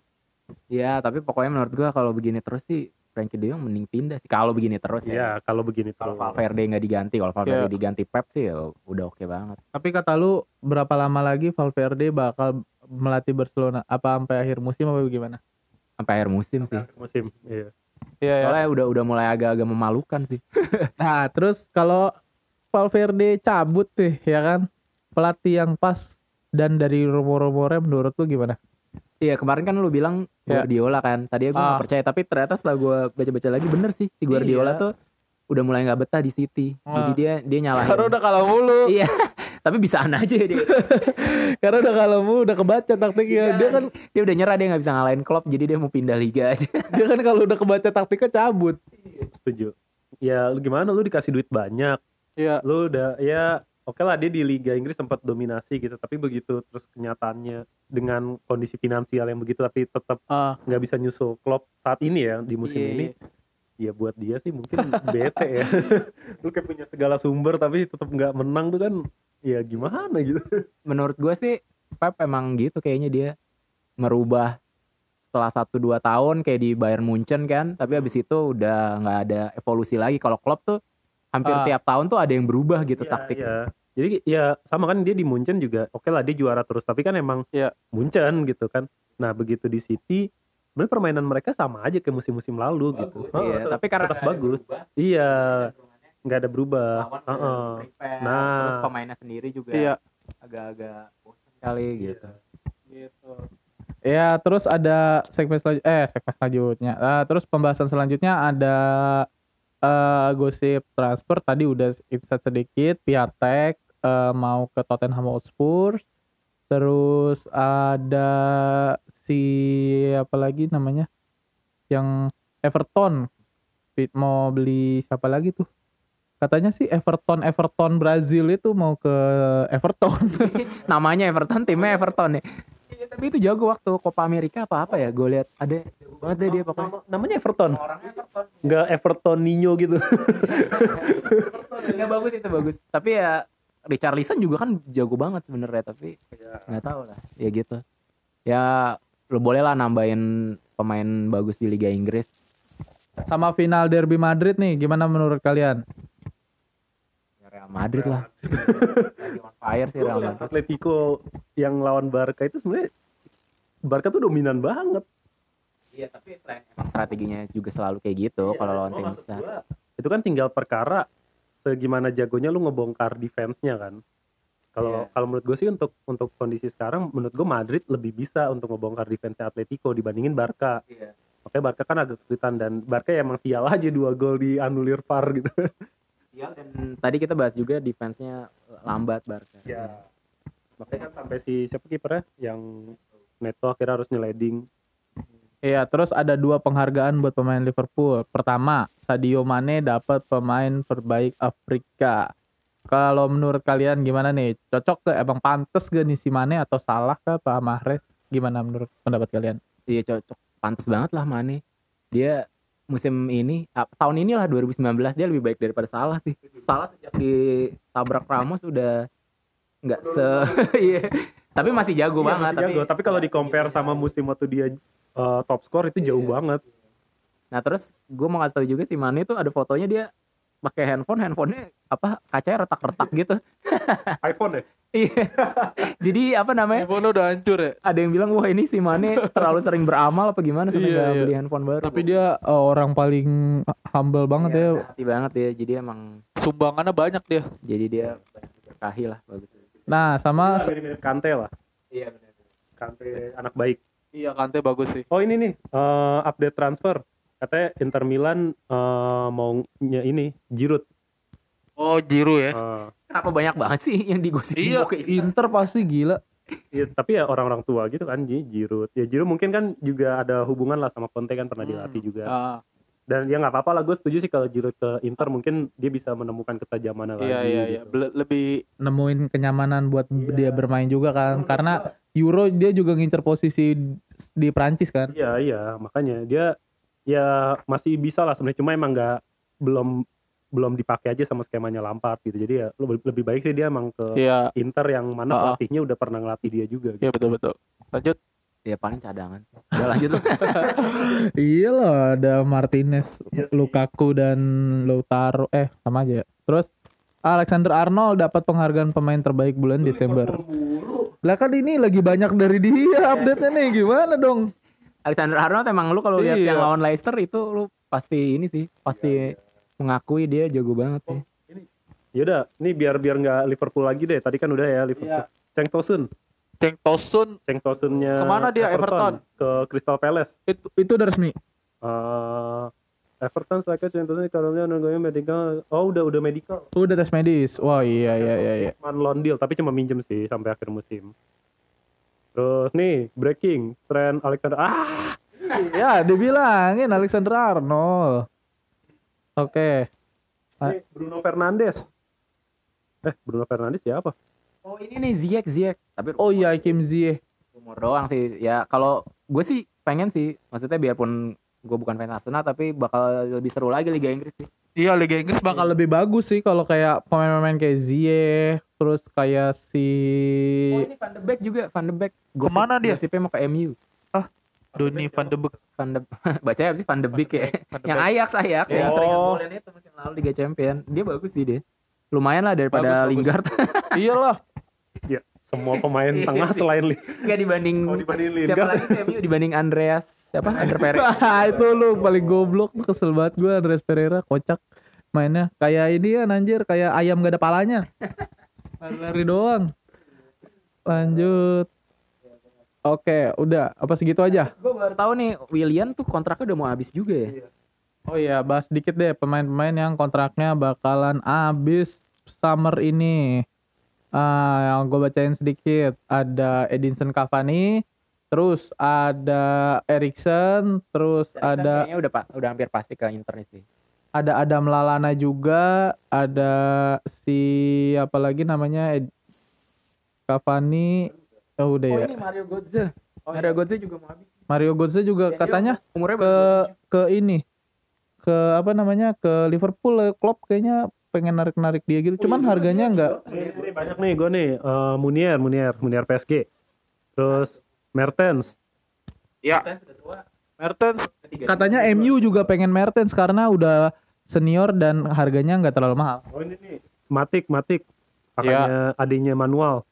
Speaker 2: Iya, tapi pokoknya menurut gua kalau begini terus sih Frenkie de Jong mending pindah sih kalau begini terus ya.
Speaker 4: Iya, kalau begini terus.
Speaker 2: Kalau Valverde nggak diganti, kalau Valverde diganti Pep sih ya udah oke banget.
Speaker 1: Tapi kata lu berapa lama lagi Valverde bakal melatih Barcelona? Apa sampai akhir musim apa bagaimana?
Speaker 2: Sampai akhir musim sih.
Speaker 4: Iya.
Speaker 2: Soalnya udah mulai agak-agak memalukan sih.
Speaker 1: Nah, terus kalau Valverde cabut tuh ya kan, pelatih yang pas dan dari rumor-rumornya menurut lu gimana?
Speaker 2: Iya, kemarin kan lu bilang Guardiola kan. Tadi gue gak percaya, tapi ternyata setelah gue baca-baca lagi bener sih, si Guardiola tuh udah mulai gak betah di City. Jadi dia nyalahin.
Speaker 1: Karena udah kalah mulu.
Speaker 2: Iya. Tapi bisaan aja dia.
Speaker 1: Karena udah kalah mulu, udah kebaca taktiknya.
Speaker 2: Dia udah nyerah, dia gak bisa ngalahin Klopp, jadi dia mau pindah liga aja.
Speaker 1: Dia kan kalau udah kebaca taktiknya cabut.
Speaker 4: Setuju. Ya lu gimana, lu dikasih duit banyak.
Speaker 1: Iya.
Speaker 4: Lu udah oke lah, dia di Liga Inggris sempat dominasi gitu, tapi begitu terus kenyataannya dengan kondisi finansial yang begitu, tapi tetap nggak bisa nyusul Klopp saat ini ya di musim ini. Ya buat dia sih mungkin bete ya. Lu kayak punya segala sumber tapi tetap nggak menang tuh kan, ya gimana gitu.
Speaker 2: Menurut gue sih Pep emang gitu, kayaknya dia merubah setelah 1-2 tahun kayak di Bayern Munchen kan, tapi abis itu udah nggak ada evolusi lagi. Kalau Klopp tuh hampir tiap tahun tuh ada yang berubah gitu taktiknya.
Speaker 4: Jadi ya sama kan, dia di Munchen juga oke lah dia juara terus, tapi kan emang Munchen gitu kan. Nah begitu di City sebenarnya permainan mereka sama aja kayak musim-musim lalu bagus, gitu.
Speaker 2: Tapi karena
Speaker 4: tetap bagus. Iya. Nggak ada berubah.
Speaker 2: Terus pemainnya sendiri juga agak-agak bosan kali gitu.
Speaker 1: Ya, terus ada segmen selanjutnya. Terus pembahasan selanjutnya ada gosip transfer. Tadi udah insight sedikit, Piatek mau ke Tottenham Hotspur. Terus ada apa lagi namanya, yang Everton mau beli siapa lagi tuh, katanya sih Everton Brazil itu mau ke Everton.
Speaker 2: Namanya Everton, timnya Everton ya. Tapi itu jago waktu Copa America apa ya? Gue lihat ada jago banget deh dia pokoknya.
Speaker 4: Namanya Everton. Enggak Everton Nino gitu.
Speaker 2: Enggak bagus itu bagus. Tapi ya Richarlison juga kan jago banget sebenarnya tapi nggak tahu lah. Ya gitu. Ya lo boleh lah nambahin pemain bagus di Liga Inggris.
Speaker 1: Sama final Derby Madrid nih, gimana menurut kalian?
Speaker 2: Real Madrid lah. Lagi on fire sih Real Madrid.
Speaker 4: Atletico yang lawan Barca itu sebenarnya Barca tuh dominan banget.
Speaker 2: Iya, tapi emang strateginya juga selalu kayak gitu kalau lawan tim besar.
Speaker 4: Itu kan tinggal perkara segimana jagonya lu ngebongkar defense-nya kan. Kalau menurut gue sih untuk kondisi sekarang menurut gue Madrid lebih bisa untuk ngebongkar defense Atletico dibandingin Barca. Iya. Makanya Barca kan agak kesulitan dan Barca ya emang sial aja 2 gol dianulir VAR gitu.
Speaker 2: Iya, dan tadi kita bahas juga defense-nya lambat Barca.
Speaker 4: Iya. Makanya kan sampai si siapa kipernya yang Neto akhirnya harus nyeleding.
Speaker 1: Iya, terus ada 2 penghargaan buat pemain Liverpool. Pertama, Sadio Mane dapat pemain terbaik Afrika. Kalau menurut kalian gimana nih? Cocok ke emang pantes gak nih si Mane atau salah kah Pak Mahrez? Gimana menurut pendapat kalian?
Speaker 2: Iya cocok. Pantes banget lah Mane. Dia musim ini, tahun inilah 2019 dia lebih baik daripada Salah sih. Salah sejak ditabrak Ramos udah nggak iya. Tapi masih jago banget.
Speaker 4: Masih jago. Tapi kalau di-compare sama musim waktu dia top score itu jauh banget.
Speaker 2: Nah terus gue mau kasih tau juga si Mane tuh ada fotonya dia pakai handphonenya apa kacanya retak-retak gitu.
Speaker 4: iPhone ya?
Speaker 2: Iya. Jadi apa namanya?
Speaker 1: Handphone udah hancur ya.
Speaker 2: Ada yang bilang wah ini si Mane terlalu sering beramal apa gimana sampai nggak beli handphone baru.
Speaker 1: Tapi dia orang paling humble banget ya.
Speaker 2: Hati banget ya. Jadi emang
Speaker 1: sumbangannya banyak dia.
Speaker 2: Jadi dia berkahi lah bagus.
Speaker 1: Nah sama
Speaker 4: mirip Kante lah.
Speaker 2: Iya benar.
Speaker 4: Kante anak baik.
Speaker 1: Iya Kante bagus sih.
Speaker 4: Oh ini nih update transfer. Katanya Inter Milan maunya ini Giroud.
Speaker 1: Oh Giroud ya.
Speaker 2: Kenapa banyak banget sih yang digosipin?
Speaker 1: Iya Inter pasti gila.
Speaker 4: Iya tapi ya orang-orang tua gitu kan Giroud. Ya Giroud mungkin kan juga ada hubungan lah sama Conte kan pernah dilatih juga. Dan ya nggak apa-apa lah gue setuju sih kalau Giroud ke Inter mungkin dia bisa menemukan ketajamannya lagi.
Speaker 1: Iya. Gitu. Lebih nemuin kenyamanan buat dia bermain juga kan. Karena Euro dia juga ngincer posisi di Prancis kan.
Speaker 4: Iya makanya dia ya masih bisa lah sebenarnya cuma emang belum dipakai aja sama skemanya Lampard gitu. Jadi ya lebih baik sih dia emang ke Inter yang mana pelatihnya udah pernah ngelatih dia juga gitu.
Speaker 1: Iya betul. Lanjut.
Speaker 2: Ya paling cadangan. Udah lanjut loh.
Speaker 1: Iya loh ada Martinez, Lukaku dan Lautaro sama aja ya. Terus Alexander Arnold dapat penghargaan pemain terbaik bulan Desember. Lah kan ini lagi banyak dari dia update-nya nih gimana dong?
Speaker 2: Alexander Arnold emang lu kalau lihat yang lawan Leicester itu lu pasti ini sih pasti mengakui dia jago banget sih.
Speaker 4: Yaudah, ini biar nggak Liverpool lagi deh. Tadi kan udah ya Liverpool. Cenk Tosun-nya
Speaker 1: kemana dia Everton?
Speaker 4: Ke Crystal Palace.
Speaker 1: Itu udah resmi.
Speaker 4: Everton striker Cenk Tosun karena nungguin medical. Oh udah medical.
Speaker 1: Udah tes medis. Wah iya.
Speaker 4: Loan deal tapi cuma minjem sih sampai akhir musim. Terus nih breaking Trent Alexander
Speaker 1: ya dibilangin Alexander Arnold. Oke.
Speaker 4: Bruno Fernandes siapa?
Speaker 2: Oh ini nih Ziyech. Tapi
Speaker 1: Kim Ziyech.
Speaker 2: Umur doang sih. Ya kalau gue sih pengen sih, maksudnya biarpun gue bukan fans Arsenal tapi bakal lebih seru lagi Liga Inggris sih.
Speaker 1: Iya Liga Inggris bakal lebih bagus sih kalau kayak pemain-pemain kayak Ziyech, terus kayak si
Speaker 2: Van de Beek juga,
Speaker 1: kemana dia?
Speaker 2: Gosipnya mau ke MU.
Speaker 1: Donny Van de Beek.
Speaker 2: Bacanya apa sih Van de Beek ya? Yang Ajax yang sering golin itu musim lalu Liga Champion. Dia bagus sih dia. Lumayan lah daripada Lingard.
Speaker 1: Iyalah.
Speaker 4: Ya, semua pemain tengah selain
Speaker 2: enggak dibanding
Speaker 4: Lingard.
Speaker 2: Siapa lagi sih MU dibanding Andre Pereira.
Speaker 1: Itu lu paling goblok, kesel banget gue Andreas Pereira, kocak mainnya. Kayak ini ya anjir, kayak ayam gak ada palanya. Lari doang. Lanjut. Oke, udah. Apa segitu aja?
Speaker 2: Gue baru tahu nih, Willian tuh kontraknya udah mau habis juga ya.
Speaker 1: Oh iya, bahas dikit deh pemain-pemain yang kontraknya bakalan habis summer ini. Yang gue bacain sedikit. Ada Edinson Cavani, terus ada Eriksen, terus ada
Speaker 2: kayaknya udah hampir pasti ke Inter sih.
Speaker 1: Ada Adam Lallana juga, ada si apa lagi namanya Cavani, Oh udah ya.
Speaker 2: Ini Mario Götze. Mario Götze juga mau habis.
Speaker 1: Mario Götze juga
Speaker 2: Dan
Speaker 1: katanya
Speaker 2: umurnya
Speaker 1: ke ini ke apa namanya ke Liverpool. Klopp kayaknya pengen narik dia gitu. Cuman harganya enggak.
Speaker 4: Ini banyak nih gue nih. Munier PSG. Terus Mertens.
Speaker 1: Ya. Mertens. Katanya MU juga pengen Mertens karena udah senior dan harganya nggak terlalu mahal.
Speaker 4: Oh ini nih. Matic. Kakaknya adiknya Manual.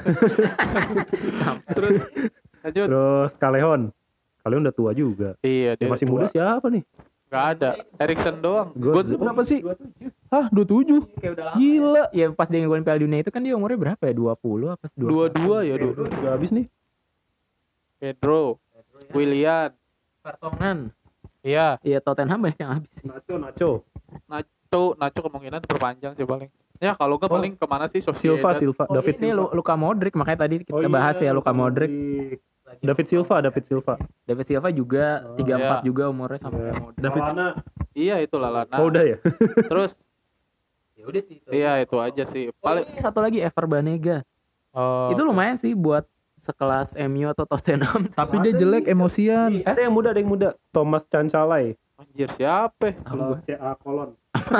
Speaker 4: Terus Callejon udah tua juga.
Speaker 1: Iya, dia
Speaker 4: masih
Speaker 1: tua.
Speaker 4: muda siapa nih?
Speaker 1: Gak ada. Erikson doang.
Speaker 4: Götze
Speaker 1: berapa sih?
Speaker 2: 27.
Speaker 1: Hah, 27?
Speaker 2: Kayak udah lama.
Speaker 1: Gila.
Speaker 2: Ya pas dia ngegolin Piala Dunia itu kan dia umurnya berapa ya? 20 apa
Speaker 1: 22 ya,
Speaker 4: Pedro juga habis nih.
Speaker 1: Pedro. Willian.
Speaker 2: Vertonghen.
Speaker 1: Iya.
Speaker 2: Iya, Tottenham banyak yang habis sih.
Speaker 1: Nacho kemungkinan diperpanjang sih paling. Ya kalau nggak paling kemana sih?
Speaker 4: Silva. David
Speaker 2: Ini
Speaker 4: Silva.
Speaker 2: Luka Modric, makanya tadi kita bahas ya Luka Modric.
Speaker 4: David Silva
Speaker 2: juga 34 juga umurnya sama
Speaker 4: Iya.
Speaker 2: kayak Modric.
Speaker 4: Lalana.
Speaker 1: Iya itu Lalana.
Speaker 4: Oh udah ya?
Speaker 1: Terus
Speaker 2: Ya udah sih.
Speaker 1: iya itu aja sih. Paling
Speaker 2: Ini satu lagi Ever Banega. Itu
Speaker 1: oke.
Speaker 2: lumayan sih buat sekelas MU atau Tottenham.
Speaker 1: Tapi dia jelek emosian.
Speaker 4: Ada yang muda. Thomas Cancalay.
Speaker 1: Anjir siapa?
Speaker 4: Kalau CA Kolon.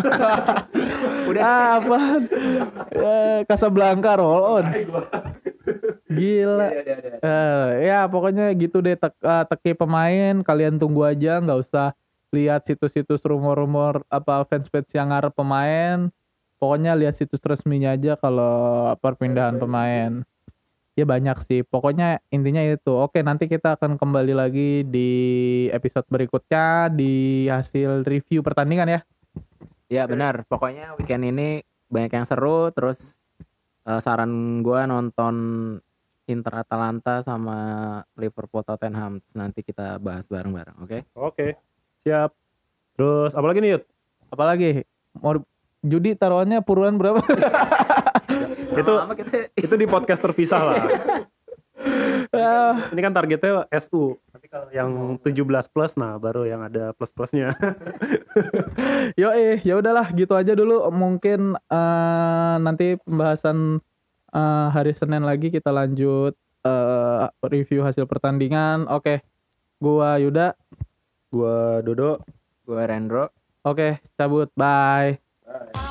Speaker 1: Udah apaan? Casablanca roll on. Gila. Ya pokoknya gitu deh teki pemain kalian tunggu aja nggak usah lihat situs-situs rumor-rumor apa fans yang ngarep pemain. Pokoknya lihat situs resminya aja kalau perpindahan pemain. Ya banyak sih. Pokoknya intinya itu. Oke, nanti kita akan kembali lagi di episode berikutnya di hasil review pertandingan ya.
Speaker 2: Ya benar. Pokoknya weekend ini banyak yang seru. Terus saran gue nonton Inter Atalanta sama Liverpool Tottenham. Terus nanti kita bahas bareng-bareng. Oke?
Speaker 4: Siap. Terus apa lagi nih Yud?
Speaker 1: Apalagi mau judi taruhannya puruan berapa?
Speaker 4: itu di podcast terpisah lah. Ini kan targetnya SU. Tapi kalau yang 17 plus nah baru yang ada plus-plusnya.
Speaker 1: Ya udahlah gitu aja dulu. Mungkin nanti pembahasan hari Senin lagi kita lanjut review hasil pertandingan. Oke. Gua Yuda,
Speaker 4: Gua Dodo,
Speaker 2: Gue Rendro.
Speaker 1: Oke, cabut. Bye.